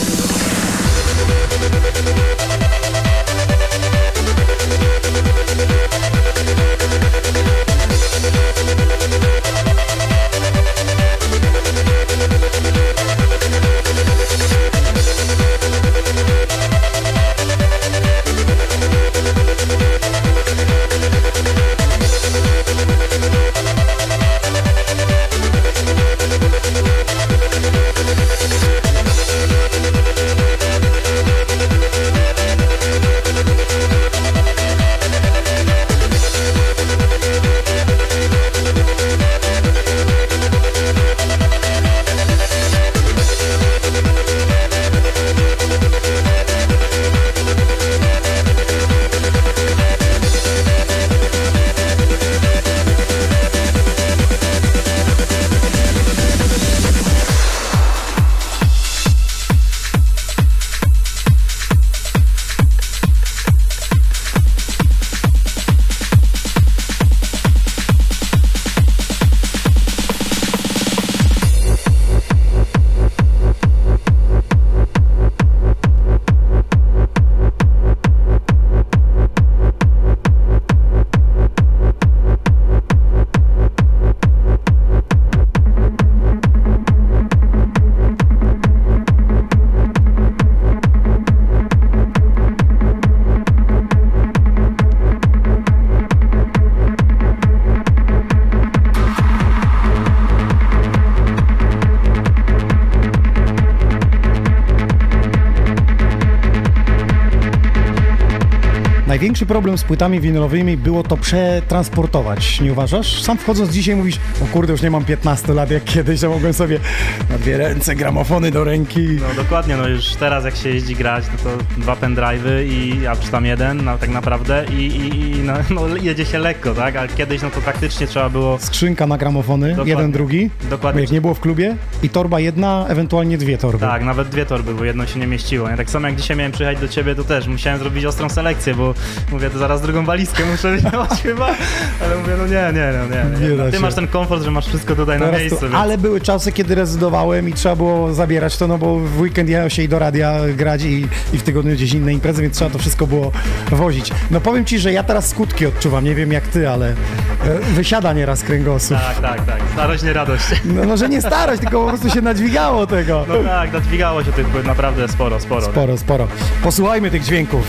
Największy problem z płytami winylowymi było to przetransportować, nie uważasz? Sam wchodząc dzisiaj mówisz, o kurde, już nie mam piętnastu lat jak kiedyś, że mogłem sobie na dwie ręce gramofony do ręki. No dokładnie, no już teraz jak się jeździ grać, no to dwa pendrive'y i a czy tam jeden, no tak naprawdę i, i, i no, no jedzie się lekko, tak? A kiedyś no to faktycznie trzeba było... Skrzynka na gramofony, dokładnie. Jeden, drugi, dokładnie. Jak nie było w klubie i torba jedna, ewentualnie dwie torby. Tak, nawet dwie torby, bo jedno się nie mieściło. Nie? Tak samo jak dzisiaj miałem przyjechać do ciebie, to też musiałem zrobić ostrą selekcję, bo mówię, to zaraz drugą walizkę muszę wziąć chyba, ale mówię, no nie, nie, no nie. nie. nie Ty masz ten komfort, że masz wszystko tutaj Teraz na miejscu. To, więc... Ale były czasy, kiedy rezydowałem i trzeba było zabierać to, no bo w weekend jechał się i do radia grać i, i w tygodniu gdzieś inne imprezy, więc trzeba to wszystko było wozić. No powiem ci, że ja teraz skutki odczuwam, nie wiem jak ty, ale e, wysiada nieraz kręgosłup. Tak, tak, tak. Starość, nie radość. No, no że nie starość, tylko po prostu się nadźwigało tego. No tak, nadźwigało się tych płyt naprawdę sporo, sporo. Sporo, nie? sporo. Posłuchajmy tych dźwięków.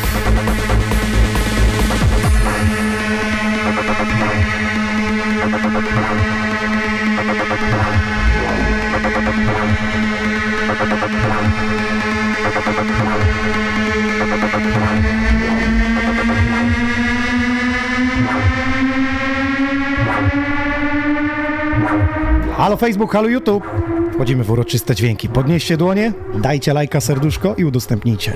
Halo Facebook, halo YouTube. Wchodzimy w uroczyste dźwięki. Podnieście dłonie, dajcie lajka, serduszko i udostępnijcie.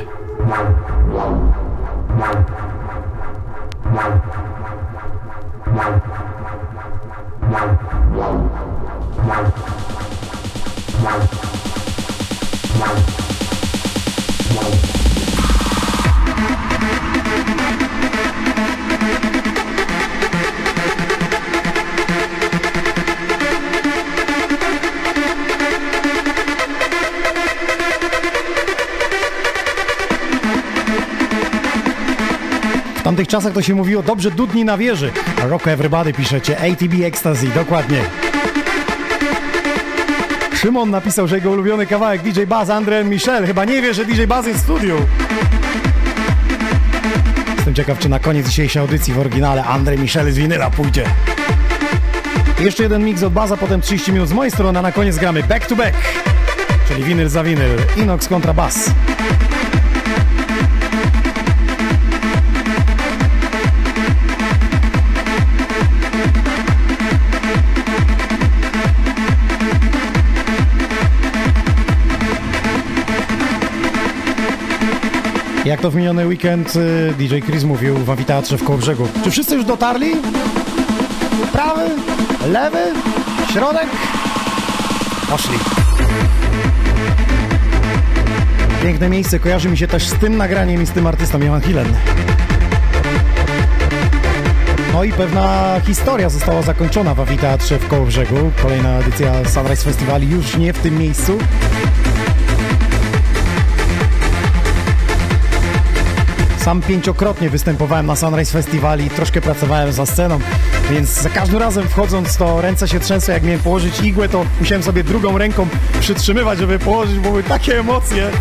W tamtych czasach to się mówiło dobrze dudni na wieży. Rock Everybody piszecie, A T B Ecstasy, dokładnie. Szymon napisał, że jego ulubiony kawałek D J Buzz, Andre Michel. Chyba nie wie, że D J Buzz jest w studiu. Jestem ciekaw, czy na koniec dzisiejszej audycji w oryginale Andre Michel z winyla pójdzie. Jeszcze jeden mix od Buzza, potem trzydzieści minut z mojej strony, a na koniec gramy back to back, czyli winyl za winyl. Inox kontra Buzz. Jak to w miniony weekend D J Chris mówił w amfiteatrze w Kołobrzegu. Czy wszyscy już dotarli? prawy, lewy, środek. Poszli. Piękne miejsce kojarzy mi się też z tym nagraniem i z tym artystą, Johan Hillen. No i pewna historia została zakończona w Amfiteatrze w Kołobrzegu. Kolejna edycja Sunrise Festiwali już nie w tym miejscu. Sam pięciokrotnie występowałem na Sunrise Festiwali i troszkę pracowałem za sceną, więc za każdym razem wchodząc to ręce się trzęsą, jak miałem położyć igłę, to musiałem sobie drugą ręką przytrzymywać, żeby położyć, bo były takie emocje.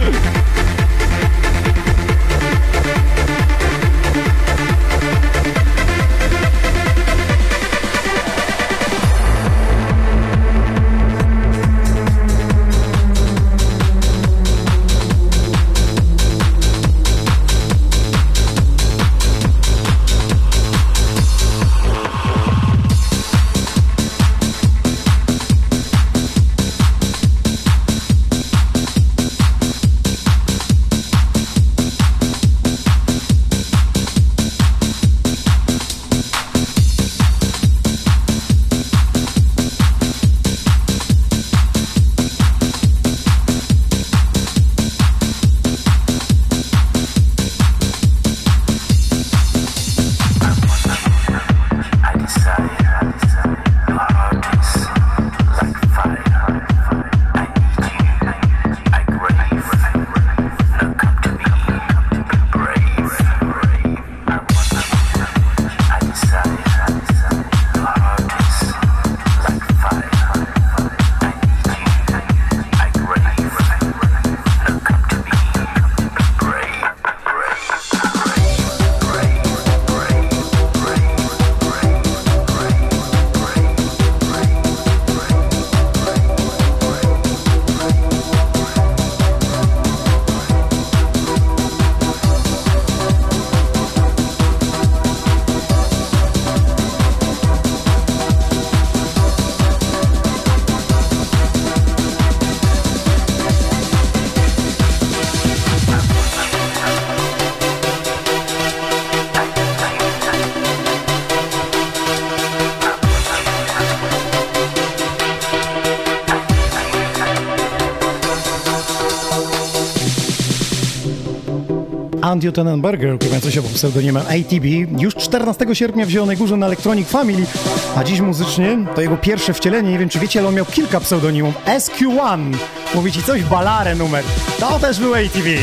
Andy Tenenberger, ukrywający się pod pseudonimem A T B, już czternastego sierpnia w Zielonej Górze na Electronic Family, a dziś muzycznie to jego pierwsze wcielenie, nie wiem czy wiecie, ale on miał kilka pseudonimów. S Q jeden, mówi ci coś, Balare numer, to też był A T B.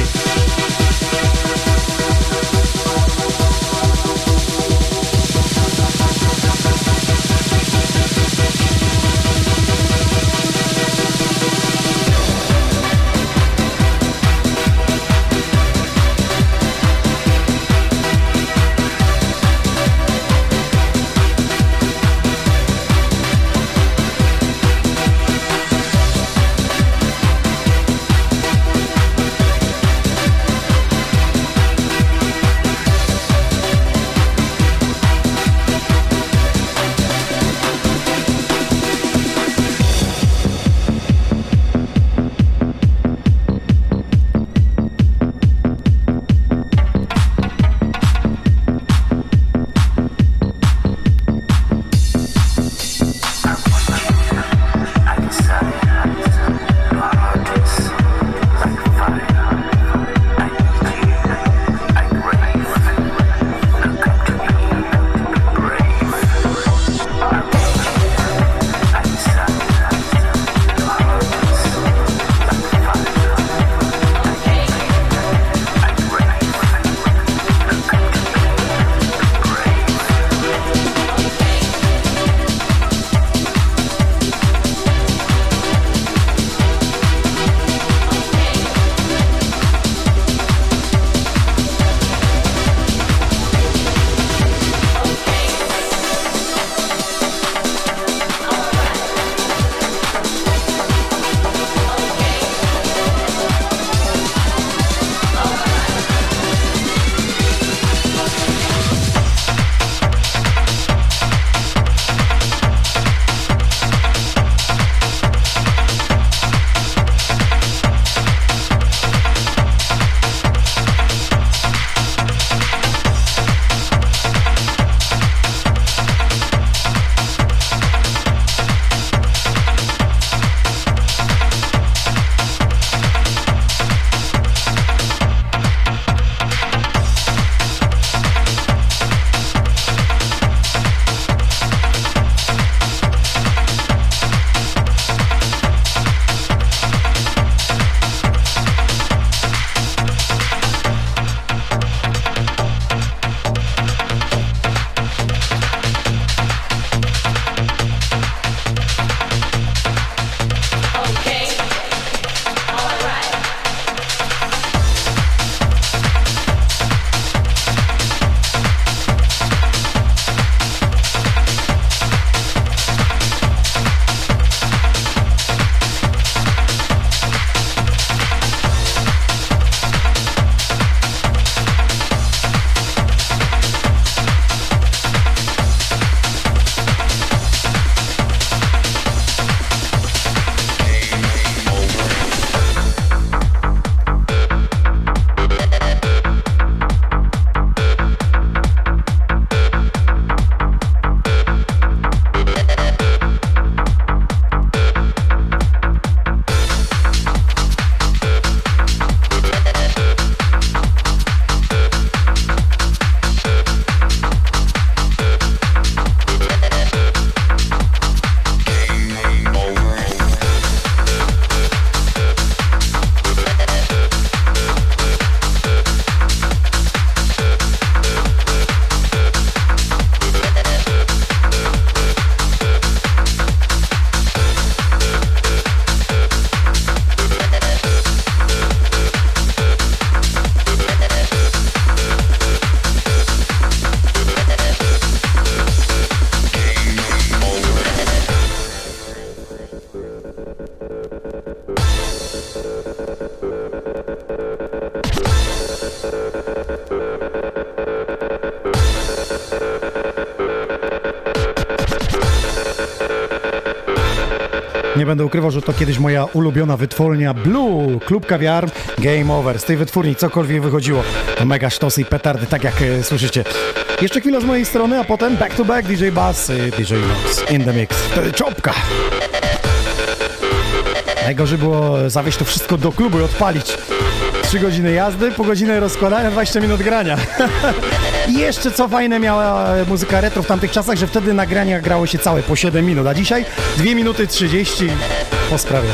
nie będę ukrywał, że to kiedyś moja ulubiona wytwórnia Blue, klub kawiarn, Game Over. Z tej wytwórni cokolwiek wychodziło, to mega sztosy i petardy, tak jak e, słyszycie. Jeszcze chwilę z mojej strony, a potem back to back D J Bass, y, D J Nox in the mix. Wtedy czopka. Najgorzej było zawieźć to wszystko do klubu i odpalić. Trzy godziny jazdy, pół godziny rozkładania, dwadzieścia minut grania. I jeszcze co fajne miała muzyka retro w tamtych czasach, że wtedy nagrania grało się całe po siedem minut, a dzisiaj dwie minuty trzydzieści po sprawie.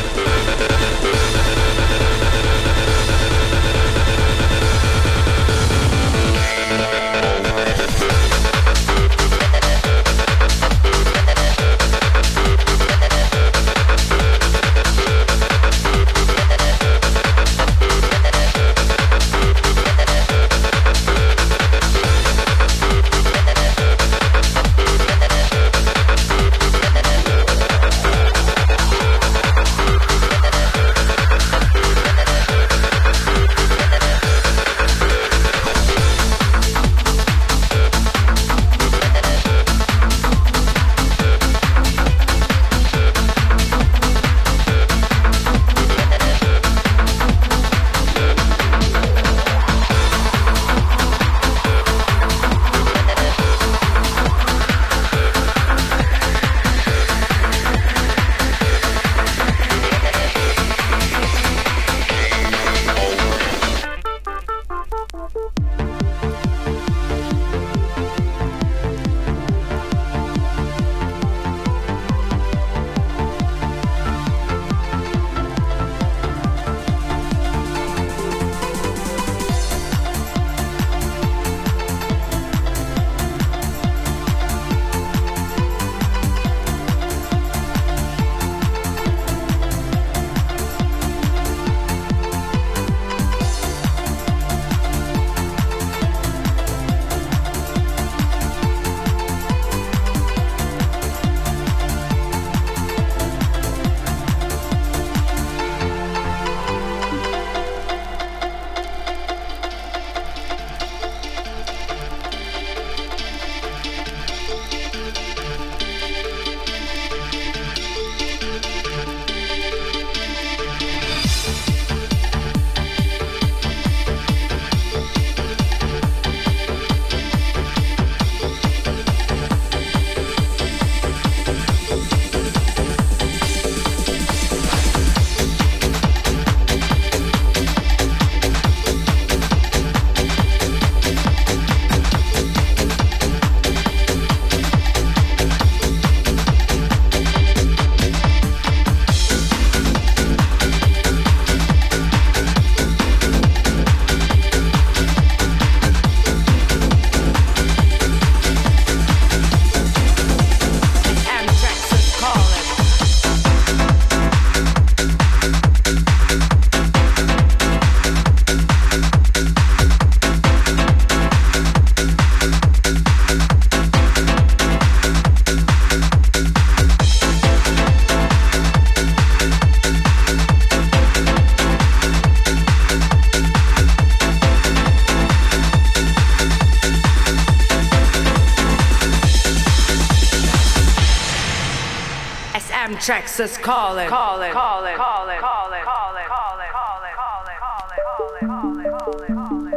Tracks is calling, calling, calling, calling, calling, calling, calling, calling, calling, calling, calling,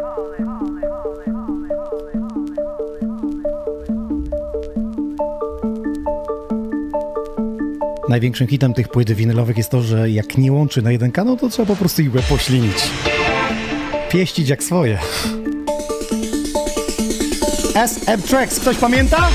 Największym hitem tych płyt winylowych jest to, że jak nie łączy na jeden kanał, to trzeba po prostu ich poślinić. Pieścić jak swoje. S M Tracks, ktoś pamięta?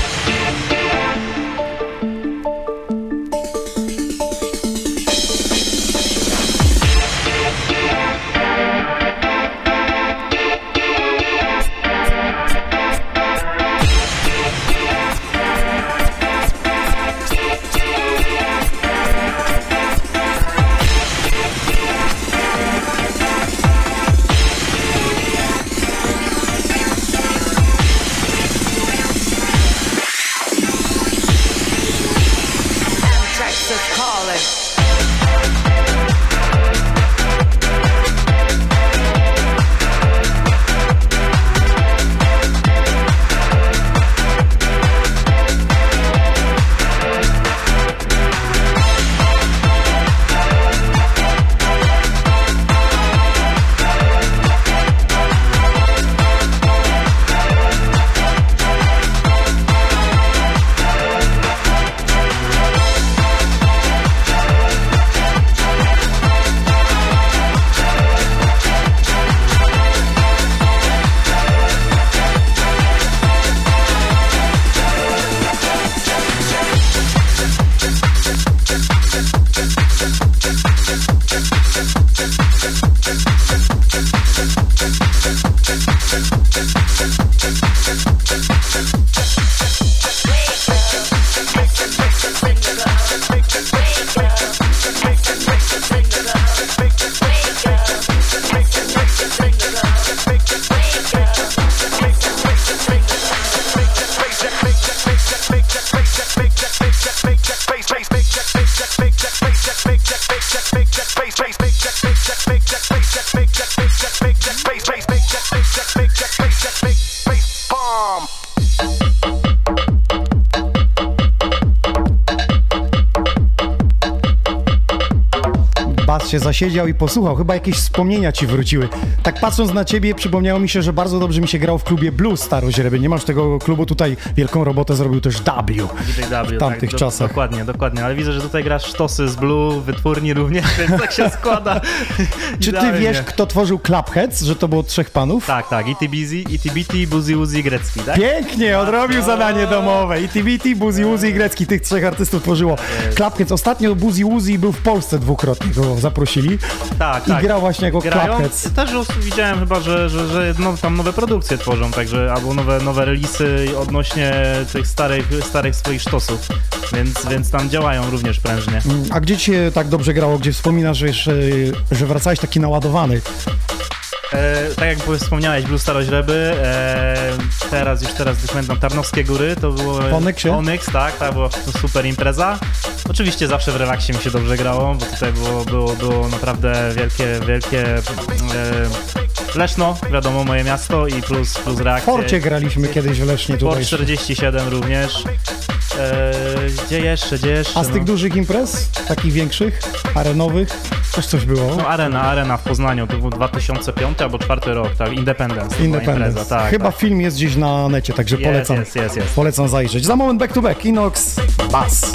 się zasiedział i posłuchał. Chyba jakieś wspomnienia ci wróciły. Tak patrząc na ciebie, przypomniało mi się, że bardzo dobrze mi się grał w klubie Blues Staroźreby. Nie masz tego klubu, tutaj wielką robotę zrobił też W w tamtych tak, czasach. Do, dokładnie, dokładnie, ale widzę, że tutaj grasz sztosy z Blue, wytwórni również, więc tak się składa. Czy ty Idealnie. wiesz, kto tworzył Clubheads, że to było trzech panów? Tak, tak, E T B Z, E T B T, Buzi Uzi, Grecki, tak? Pięknie, odrobił zadanie domowe. E T B T, Buzi Uzi i Grecki, tych trzech artystów tworzyło Clubheads. Ostatnio Buzi Uzi był w Polsce dwukrotnie, go zaprosili. Tak, I tak. grał właśnie jako Grają. Clubheads. Też widziałem chyba, że, że, że no, tam nowe produkcje tworzą, także albo nowe, nowe releasy odnośnie tych starych, starych swoich sztosów, więc, więc tam działają również prężnie. A gdzie ci się tak dobrze grało? Gdzie wspominasz, że, jeszcze, że wracałeś taki naładowany? E, tak jak wspomniałeś, Blues Staroźreby, e, teraz już teraz pamiętam Tarnowskie Góry, to było Onyx, Onyx, tak, to była super impreza. Oczywiście zawsze w relaksie mi się dobrze grało, bo tutaj było, było, było naprawdę wielkie, wielkie e, Leszno, wiadomo, moje miasto i plus, plus W reakcje. Forcie graliśmy kiedyś w Lesznie Fort tutaj. czterdzieści siedem również. E, gdzie jeszcze, gdzie jeszcze? A z tych no. dużych imprez, takich większych, arenowych, też coś było? No Arena, Arena w Poznaniu, to był dwa tysiące piąty albo czwarty rok, tak, Independence. to była Independence. Impreza, tak, Chyba tak. film jest gdzieś na necie, także Jest, polecam. jest, jest, jest. Polecam zajrzeć. Za moment back to back, Inox, Bass.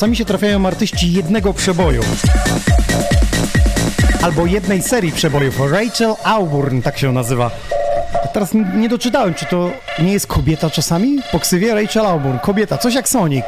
Czasami się trafiają artyści jednego przeboju. Albo jednej serii przebojów. Rachel Auburn, tak się nazywa. A teraz nie doczytałem, czy to nie jest kobieta czasami? Po ksywie Rachel Auburn. Kobieta, coś jak Sonic.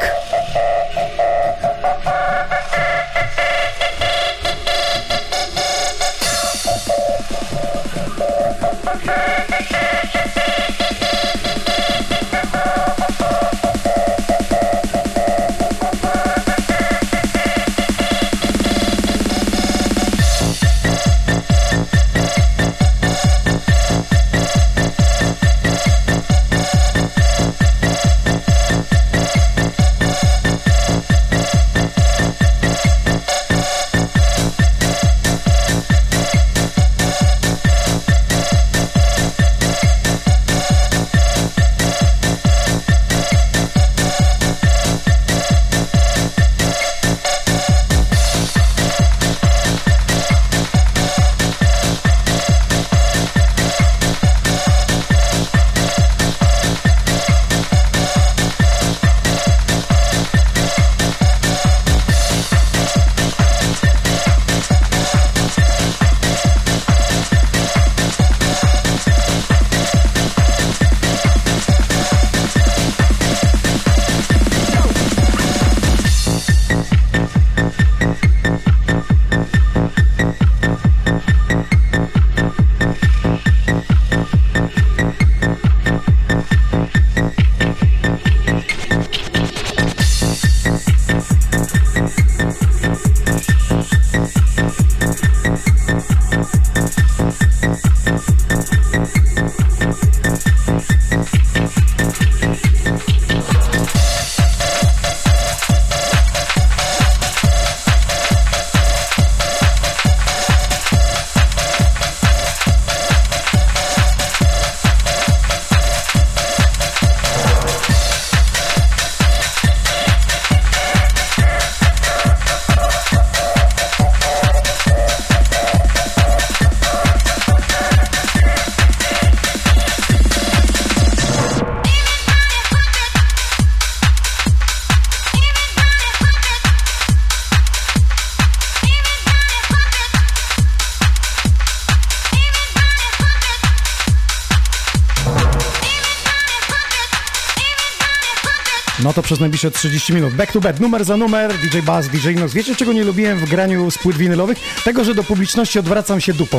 No to przez najbliższe trzydzieści minut. Back to back, numer za numer, D J Buzz, D J Nox. Wiecie, czego nie lubiłem w graniu z płyt winylowych? Tego, że do publiczności odwracam się dupą.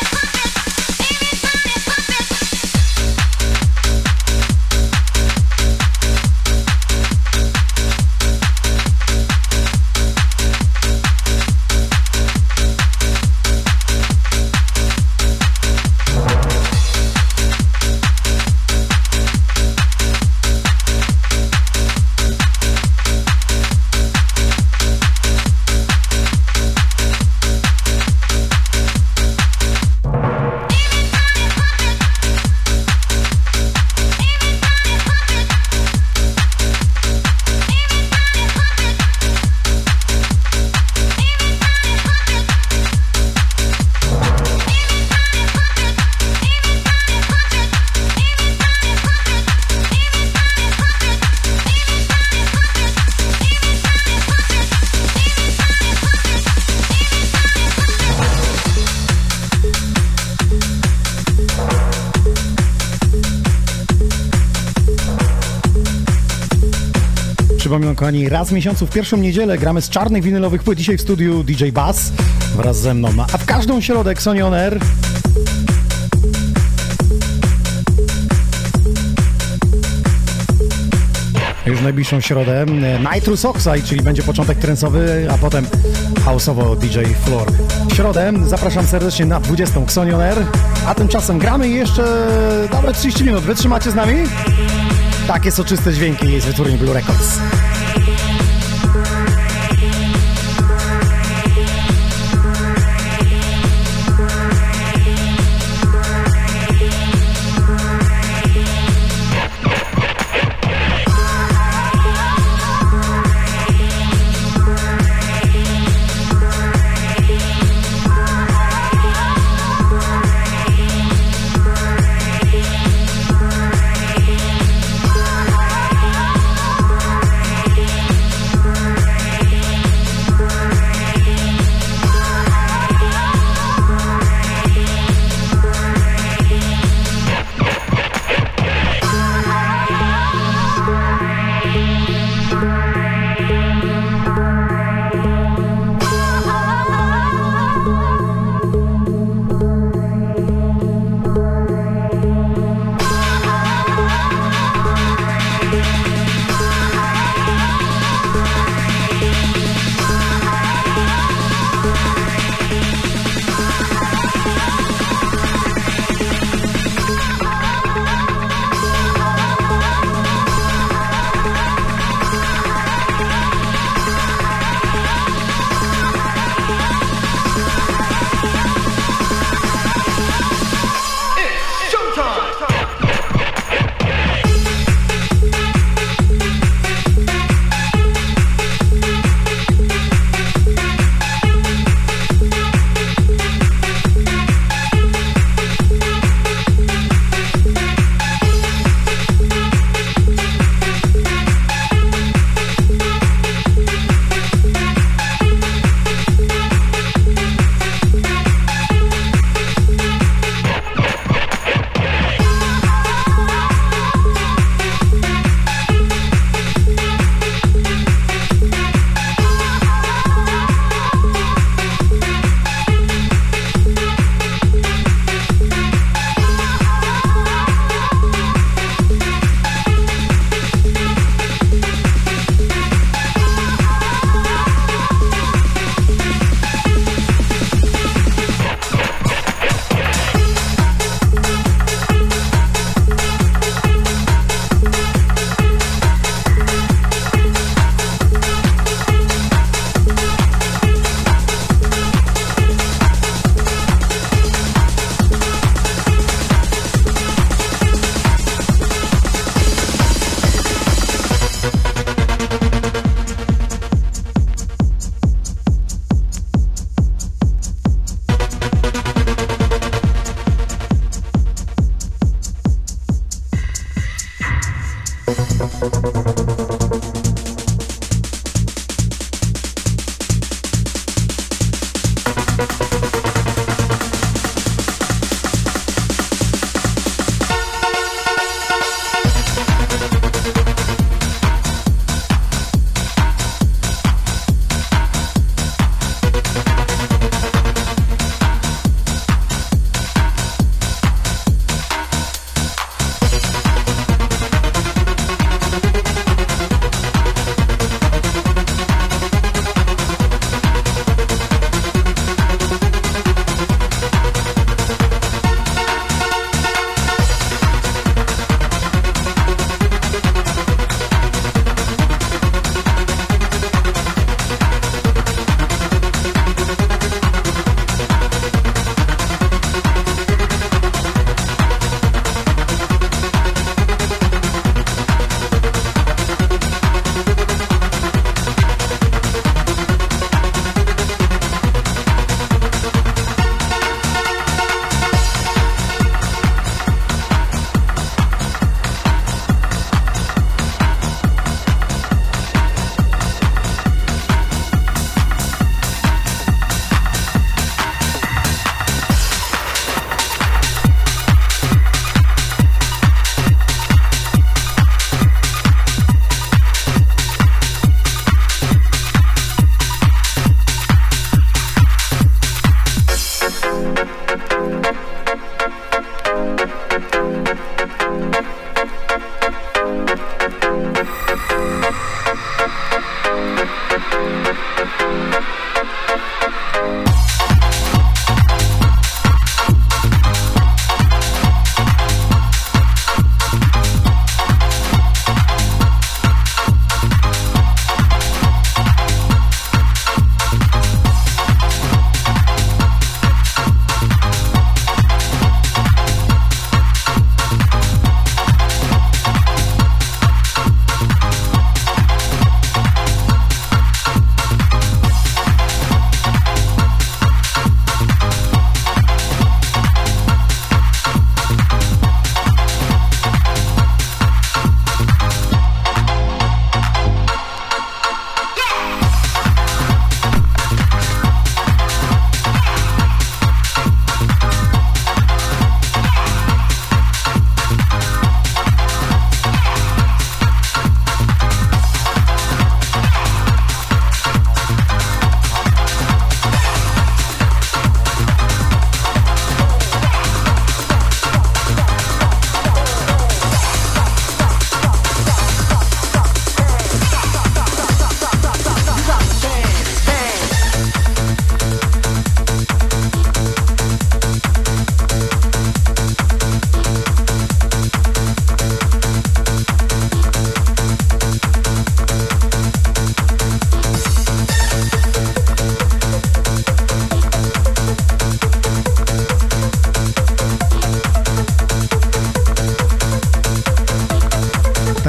Przypominam, kochani, raz w miesiącu w pierwszą niedzielę gramy z czarnych winylowych płyt. Dzisiaj w studiu D J Buzz wraz ze mną, a w każdą środę Xoni On Air już w najbliższą środę Nitrous Oxide, czyli będzie początek trensowy, a potem house'owo D J Floor. W środę zapraszam serdecznie na dwudziestą Xoni On Air, a tymczasem gramy jeszcze dobre trzydzieści minut. Wytrzymacie z nami? Takie soczyste dźwięki z wytwórni Blue Records.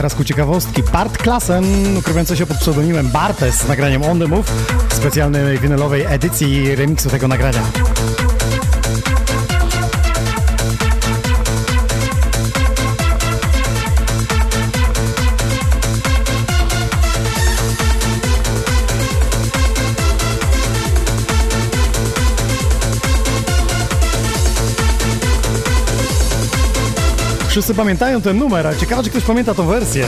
teraz ku ciekawostki. Bart Klassen, ukrywający się pod pseudonimem Bartes z nagraniem On The Move w specjalnej winylowej edycji remiksu tego nagrania. Wszyscy pamiętają ten numer, a ciekawe, czy ktoś pamięta tą wersję.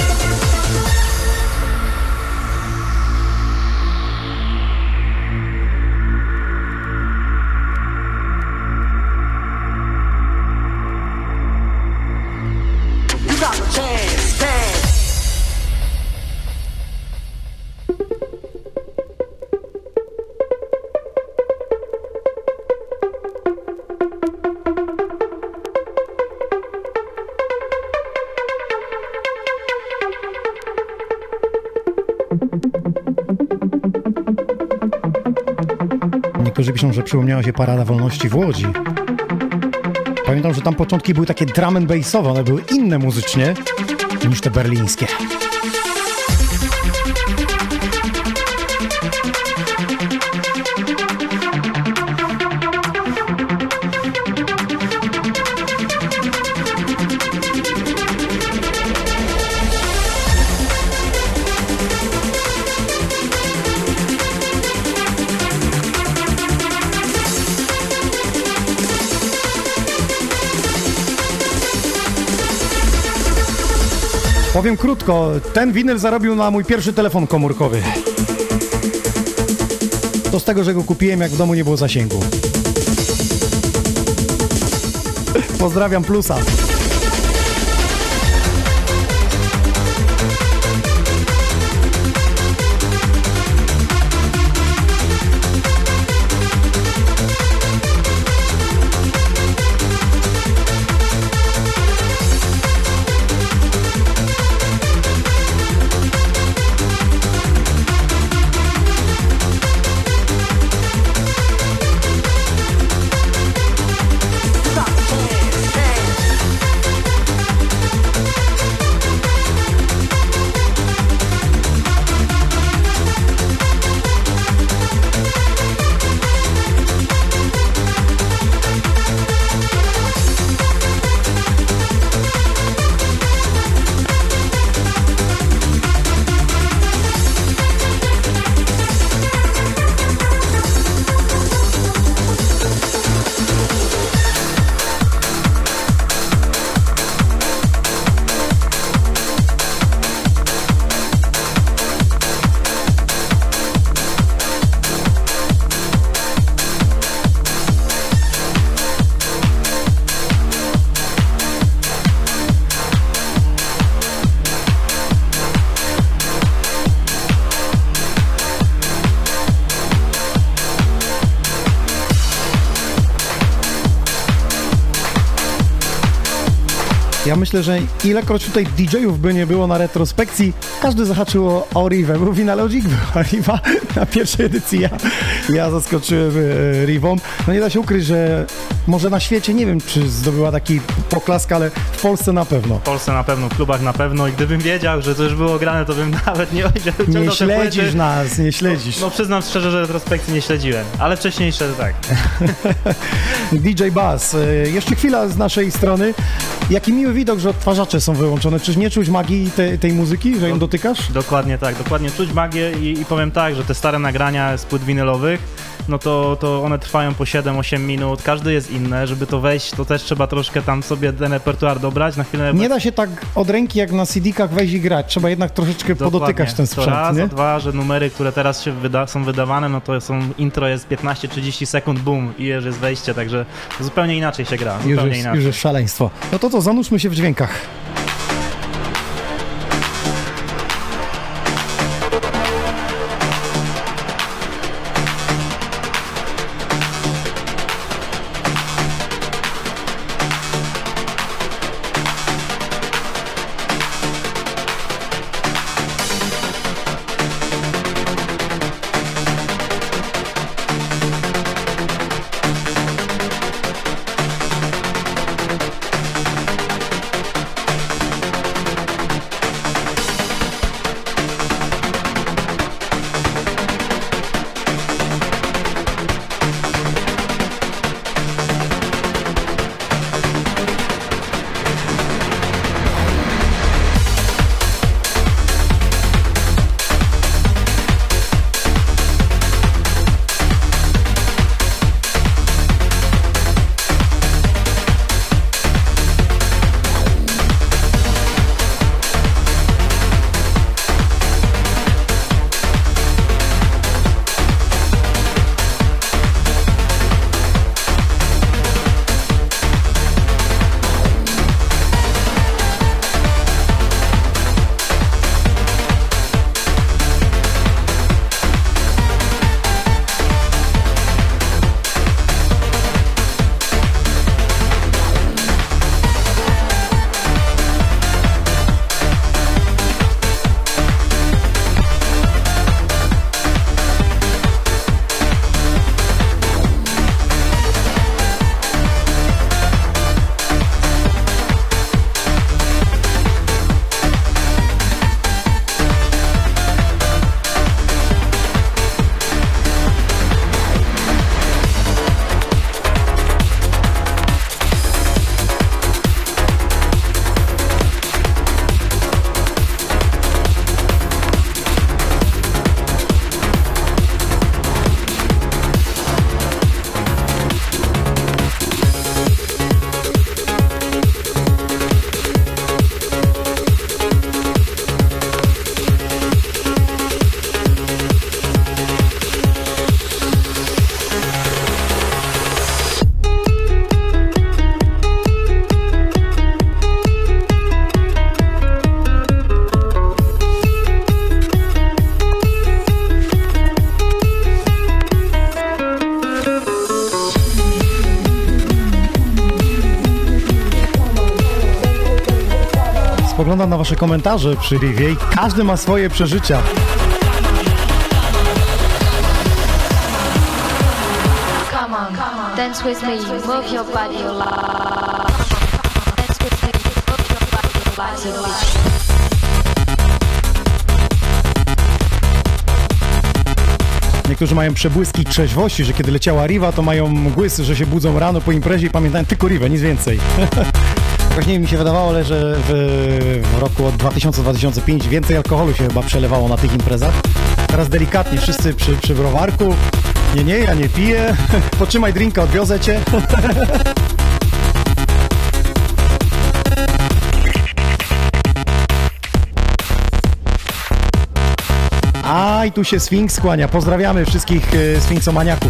Niektórzy piszą, że przypomniała się Parada Wolności w Łodzi. Pamiętam, że tam początki były takie drum and bassowe, one były inne muzycznie niż te berlińskie. Powiem krótko, ten winyl zarobił na mój pierwszy telefon komórkowy. To z tego, że go kupiłem, jak w domu nie było zasięgu. Pozdrawiam Plusa. Ja myślę, że ilekroć tutaj D J-ów by nie było na retrospekcji, każdy zahaczył o Orivę, bo Wina Logic była Riva na pierwszej edycji. Ja, ja zaskoczyłem e, Rivą. No nie da się ukryć, że może na świecie, nie wiem, czy zdobyła taki poklask, ale w Polsce na pewno. W Polsce na pewno, w klubach na pewno i gdybym wiedział, że to już było grane, to bym nawet nie wiedział. Nie śledzisz nas, nie śledzisz. No, no przyznam szczerze, że retrospekcji nie śledziłem, ale wcześniejsze tak. D J Buzz, jeszcze chwila z naszej strony. Jaki miły widok, że odtwarzacze są wyłączone. Czyż nie czuć magii te, tej muzyki, że ją dotykasz? Dokładnie tak, dokładnie czuć magię i, i powiem tak, że te stare nagrania z płyt winylowych, no to, to one trwają po siedem osiem minut, każdy jest inny, żeby to wejść, to też trzeba troszkę tam sobie ten repertuar dobrać na chwilę. Nie da się tak od ręki jak na C D-kach wejść i grać, trzeba jednak troszeczkę dokładnie podotykać ten sprzęt, to raz, nie? a dwa, że numery, które teraz się wyda są wydawane, no to są, intro jest piętnaście trzydzieści sekund, boom, i już jest wejście, także zupełnie inaczej się gra, zupełnie już jest, inaczej. Już jest szaleństwo. No to co, zanurzmy się w dźwiękach. spoglądam na wasze komentarze przy Rivie i każdy ma swoje przeżycia. Come on, come on, dance with me, move your body, your life. Dance with me, move your body, your life, your life. Niektórzy mają przebłyski trzeźwości, że kiedy leciała Riva, to mają mgły, że się budzą rano po imprezie i pamiętają tylko Rivę, nic więcej. Właśnie mi się wydawało, ale że w, w roku od dwa tysiące do dwa tysiące piątego więcej alkoholu się chyba przelewało na tych imprezach. Teraz delikatnie, wszyscy przy, przy browarku. Nie, nie, ja nie piję. Potrzymaj drinka, odwiozę cię. A i tu się Sfinks skłania. Pozdrawiamy wszystkich y, sfinksomaniaków.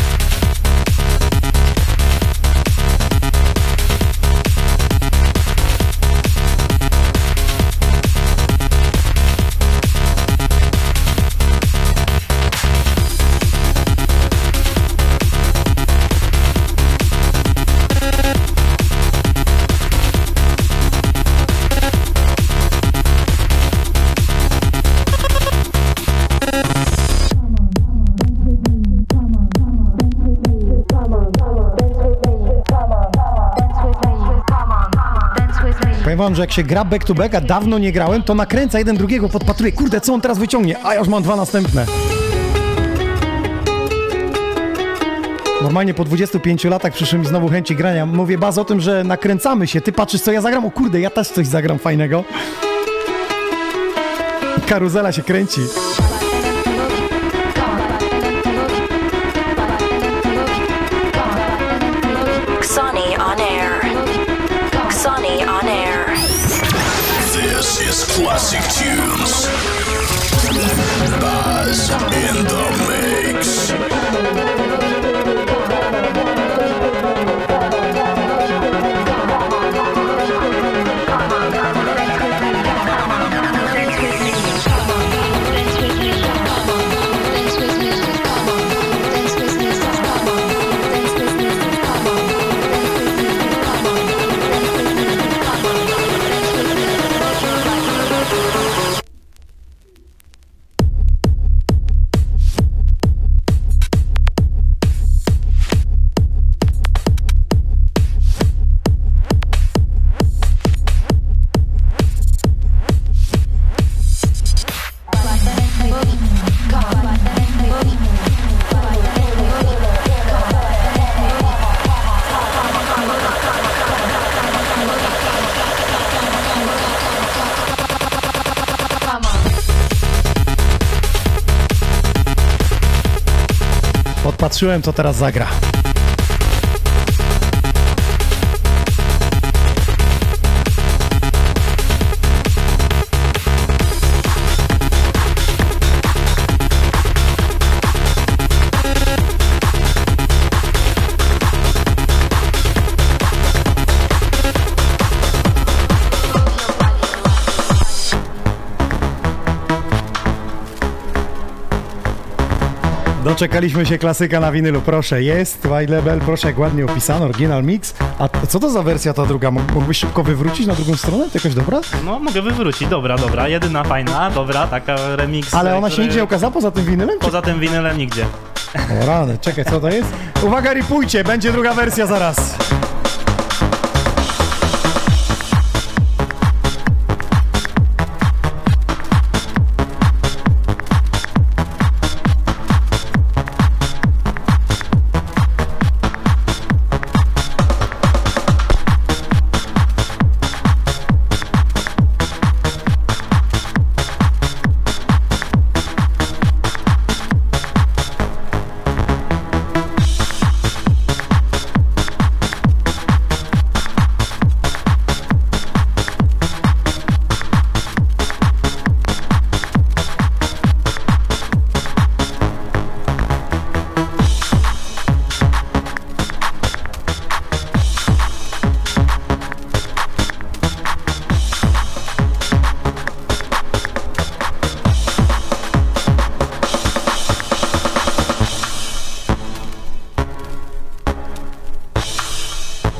Powiem wam, że jak się gra back to back, a dawno nie grałem, to nakręca jeden drugiego, podpatruje, kurde, co on teraz wyciągnie, a ja już mam dwa następne. Normalnie po dwudziestu pięciu latach przyszły mi znowu chęci grania. Mówię Baz o tym, że nakręcamy się, ty patrzysz co ja zagram, o kurde, ja też coś zagram fajnego. Karuzela się kręci. Xoni on air. Xoni on air. This is Classic Tunes. Baz in the mix. Podpatrzyłem, co teraz zagra. Doczekaliśmy się klasyka na winylu, proszę, jest White Label, proszę, jak ładnie opisano, oryginal mix. A co to za wersja ta druga? Mógłbyś szybko wywrócić na drugą stronę? To jakaś dobra? No, mogę wywrócić, dobra, dobra, jedyna fajna, dobra, taka remix. Ale ona który... się nigdzie nie ukazała poza tym winylem? Poza tym winylem nigdzie. O rany, czekaj, co to jest? Uwaga, ripujcie, będzie druga wersja zaraz.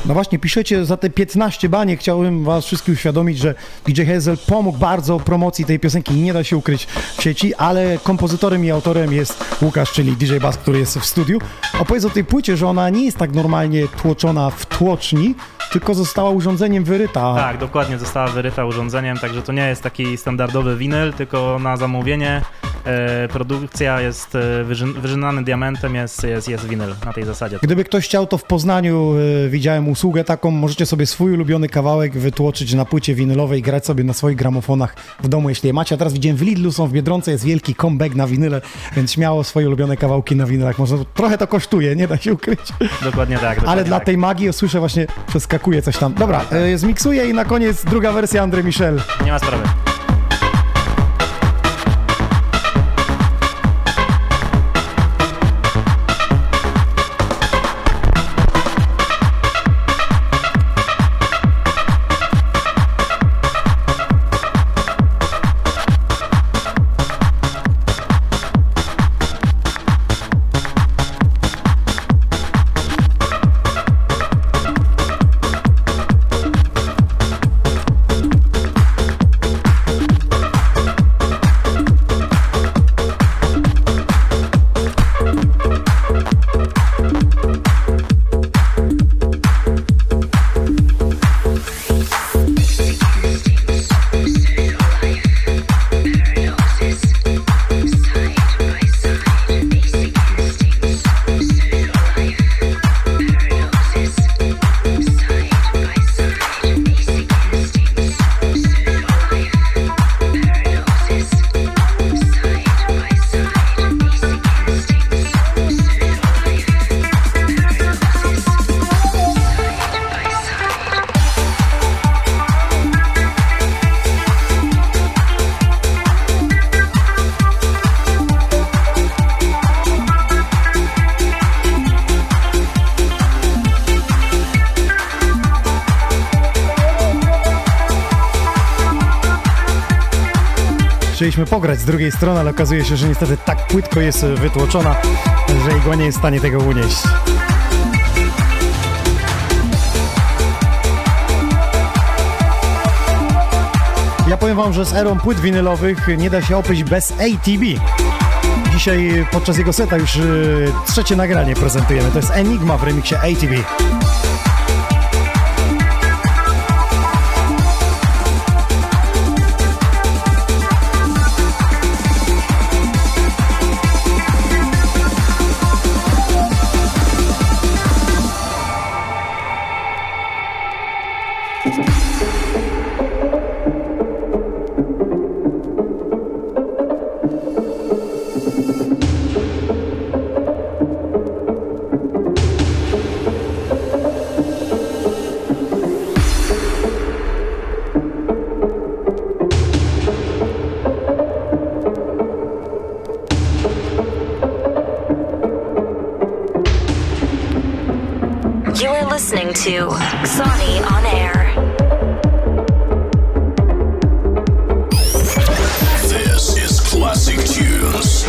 No właśnie, piszecie za te piętnaście baniek. Chciałbym was wszystkich uświadomić, że D J Hazel pomógł bardzo promocji tej piosenki. Nie da się ukryć w sieci, ale kompozytorem i autorem jest Łukasz, czyli D J Bass, który jest w studiu. Opowiedz o tej płycie, że ona nie jest tak normalnie tłoczona w tłoczni, tylko została urządzeniem wyryta. Tak, dokładnie, została wyryta urządzeniem, także to nie jest taki standardowy winyl, tylko na zamówienie. E, produkcja jest e, wyżyn, wyżynany diamentem, jest, jest, jest winyl na tej zasadzie. Gdyby ktoś chciał, to w Poznaniu e, widziałem usługę taką, możecie sobie swój ulubiony kawałek wytłoczyć na płycie winylowej i grać sobie na swoich gramofonach w domu, jeśli je macie. A teraz widziałem w Lidlu, są w Biedronce, jest wielki comeback na winyle, więc śmiało swoje ulubione kawałki na winylach. Można, trochę to kosztuje, nie da się ukryć. Dokładnie tak. Dokładnie Ale dla tak. tej magii, słyszę, właśnie przeskakuje coś tam. Dobra, e, zmiksuję i na koniec druga wersja André Michel. Nie ma sprawy. Chcieliśmy pograć z drugiej strony, ale okazuje się, że niestety tak płytko jest wytłoczona, że igła nie jest w stanie tego unieść. Ja powiem wam, że z erą płyt winylowych nie da się opyć bez A T B. Dzisiaj podczas jego seta już yy, trzecie nagranie prezentujemy. To jest Enigma w remiksie A T B. You are listening to Sony on Air. This is Classic Tunes.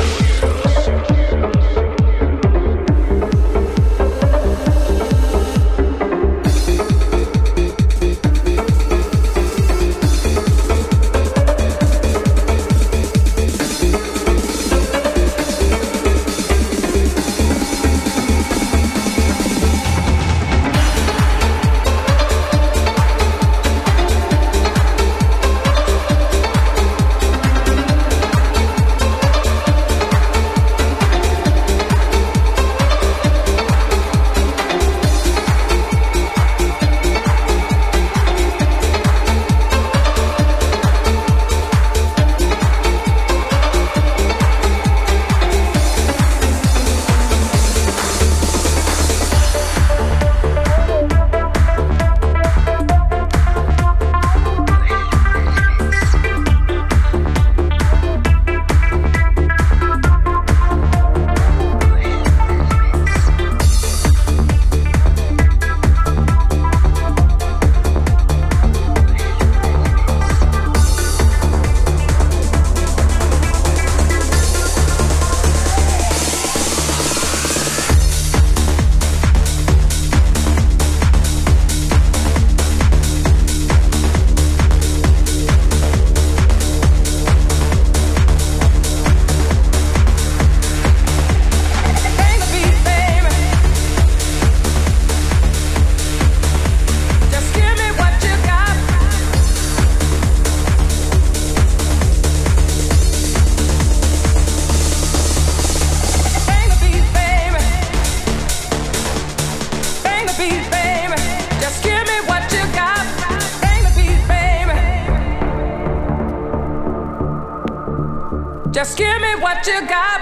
Just give me what you got.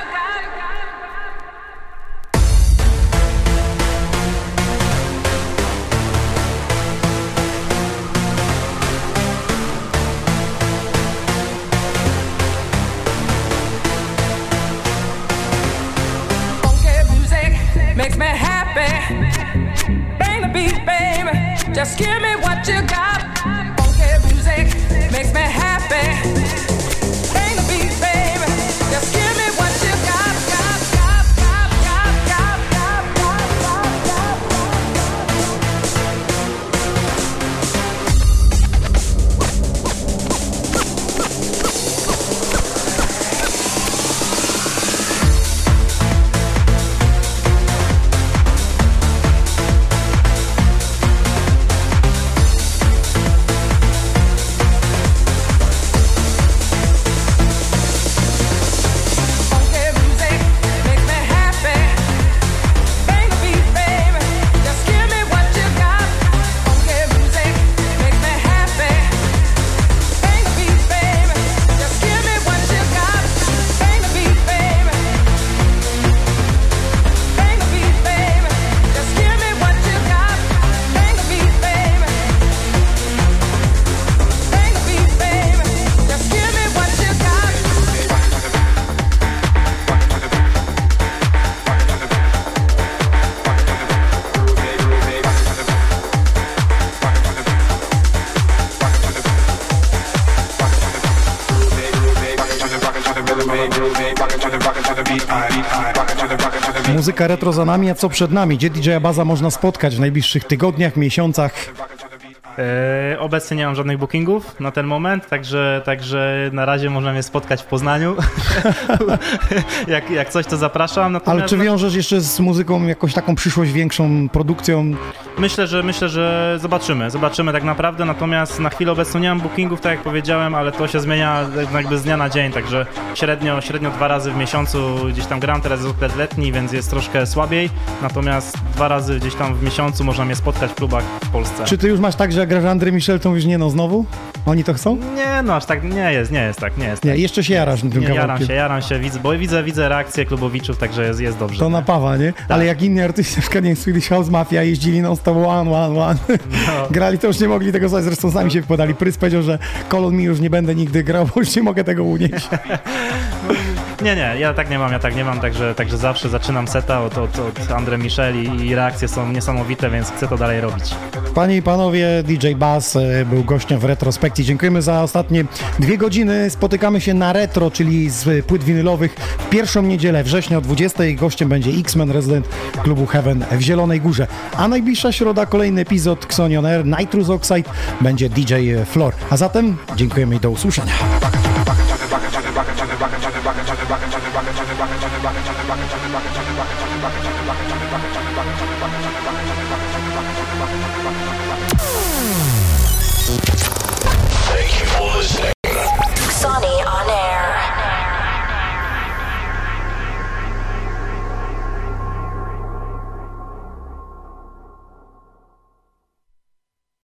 Makes me happy. Bring the beat, baby. Just give me what you got. Funky music makes me happy. Bring the beat, baby. Just give me what you got. Got, got, got, got, got, got, got, got, got. Muzyka retro za nami, a co przed nami? Gdzie D J Baza można spotkać w najbliższych tygodniach, miesiącach? E, obecnie nie mam żadnych bookingów na ten moment, także, także na razie można mnie spotkać w Poznaniu. jak, jak coś, to zapraszam. Natomiast Ale czy wiążesz jeszcze z muzyką jakąś taką przyszłość, większą produkcją? Myślę, że myślę, że zobaczymy, zobaczymy tak naprawdę, natomiast na chwilę obecną nie mam bookingów, tak jak powiedziałem, ale to się zmienia jakby z dnia na dzień, także średnio, średnio dwa razy w miesiącu gdzieś tam gram, teraz jest okres letni, więc jest troszkę słabiej, natomiast dwa razy gdzieś tam w miesiącu można mnie spotkać w klubach w Polsce. Czy ty już masz tak, że jak grasz André Michel, to mówisz nie no znowu? Oni to chcą? Nie, no aż tak nie jest, nie jest tak, nie jest tak. Nie, jeszcze się jarasz tym nie, kawałkiem. jaram się, jaram się, widzę, bo widzę, widzę reakcję klubowiczów, także jest, jest dobrze. To nie? napawa, nie? Tak. Ale jak inni artyści, na przykład nie wiem, Swedish House Mafia jeździli non stop one, one, one. No. Grali, to już nie mogli tego słuchać, zresztą sami się podali. Prys powiedział, że Kolon mi już nie będę nigdy grał, bo już nie mogę tego unieść. Nie, nie, ja tak nie mam, ja tak nie mam, także, także zawsze zaczynam seta od, od, od André Michel i, i reakcje są niesamowite, więc chcę to dalej robić. Panie i panowie, D J Baz był gościem w Retrospekcji. Dziękujemy za ostatnie dwie godziny. Spotykamy się na Retro, czyli z płyt winylowych w pierwszą niedzielę września o dwudziestej. Gościem będzie X-Men, rezydent klubu Heaven w Zielonej Górze. A najbliższa środa kolejny epizod Xonion Air, Nitrous Oxide, będzie D J Floor. A zatem dziękujemy i do usłyszenia. Thank you for listening.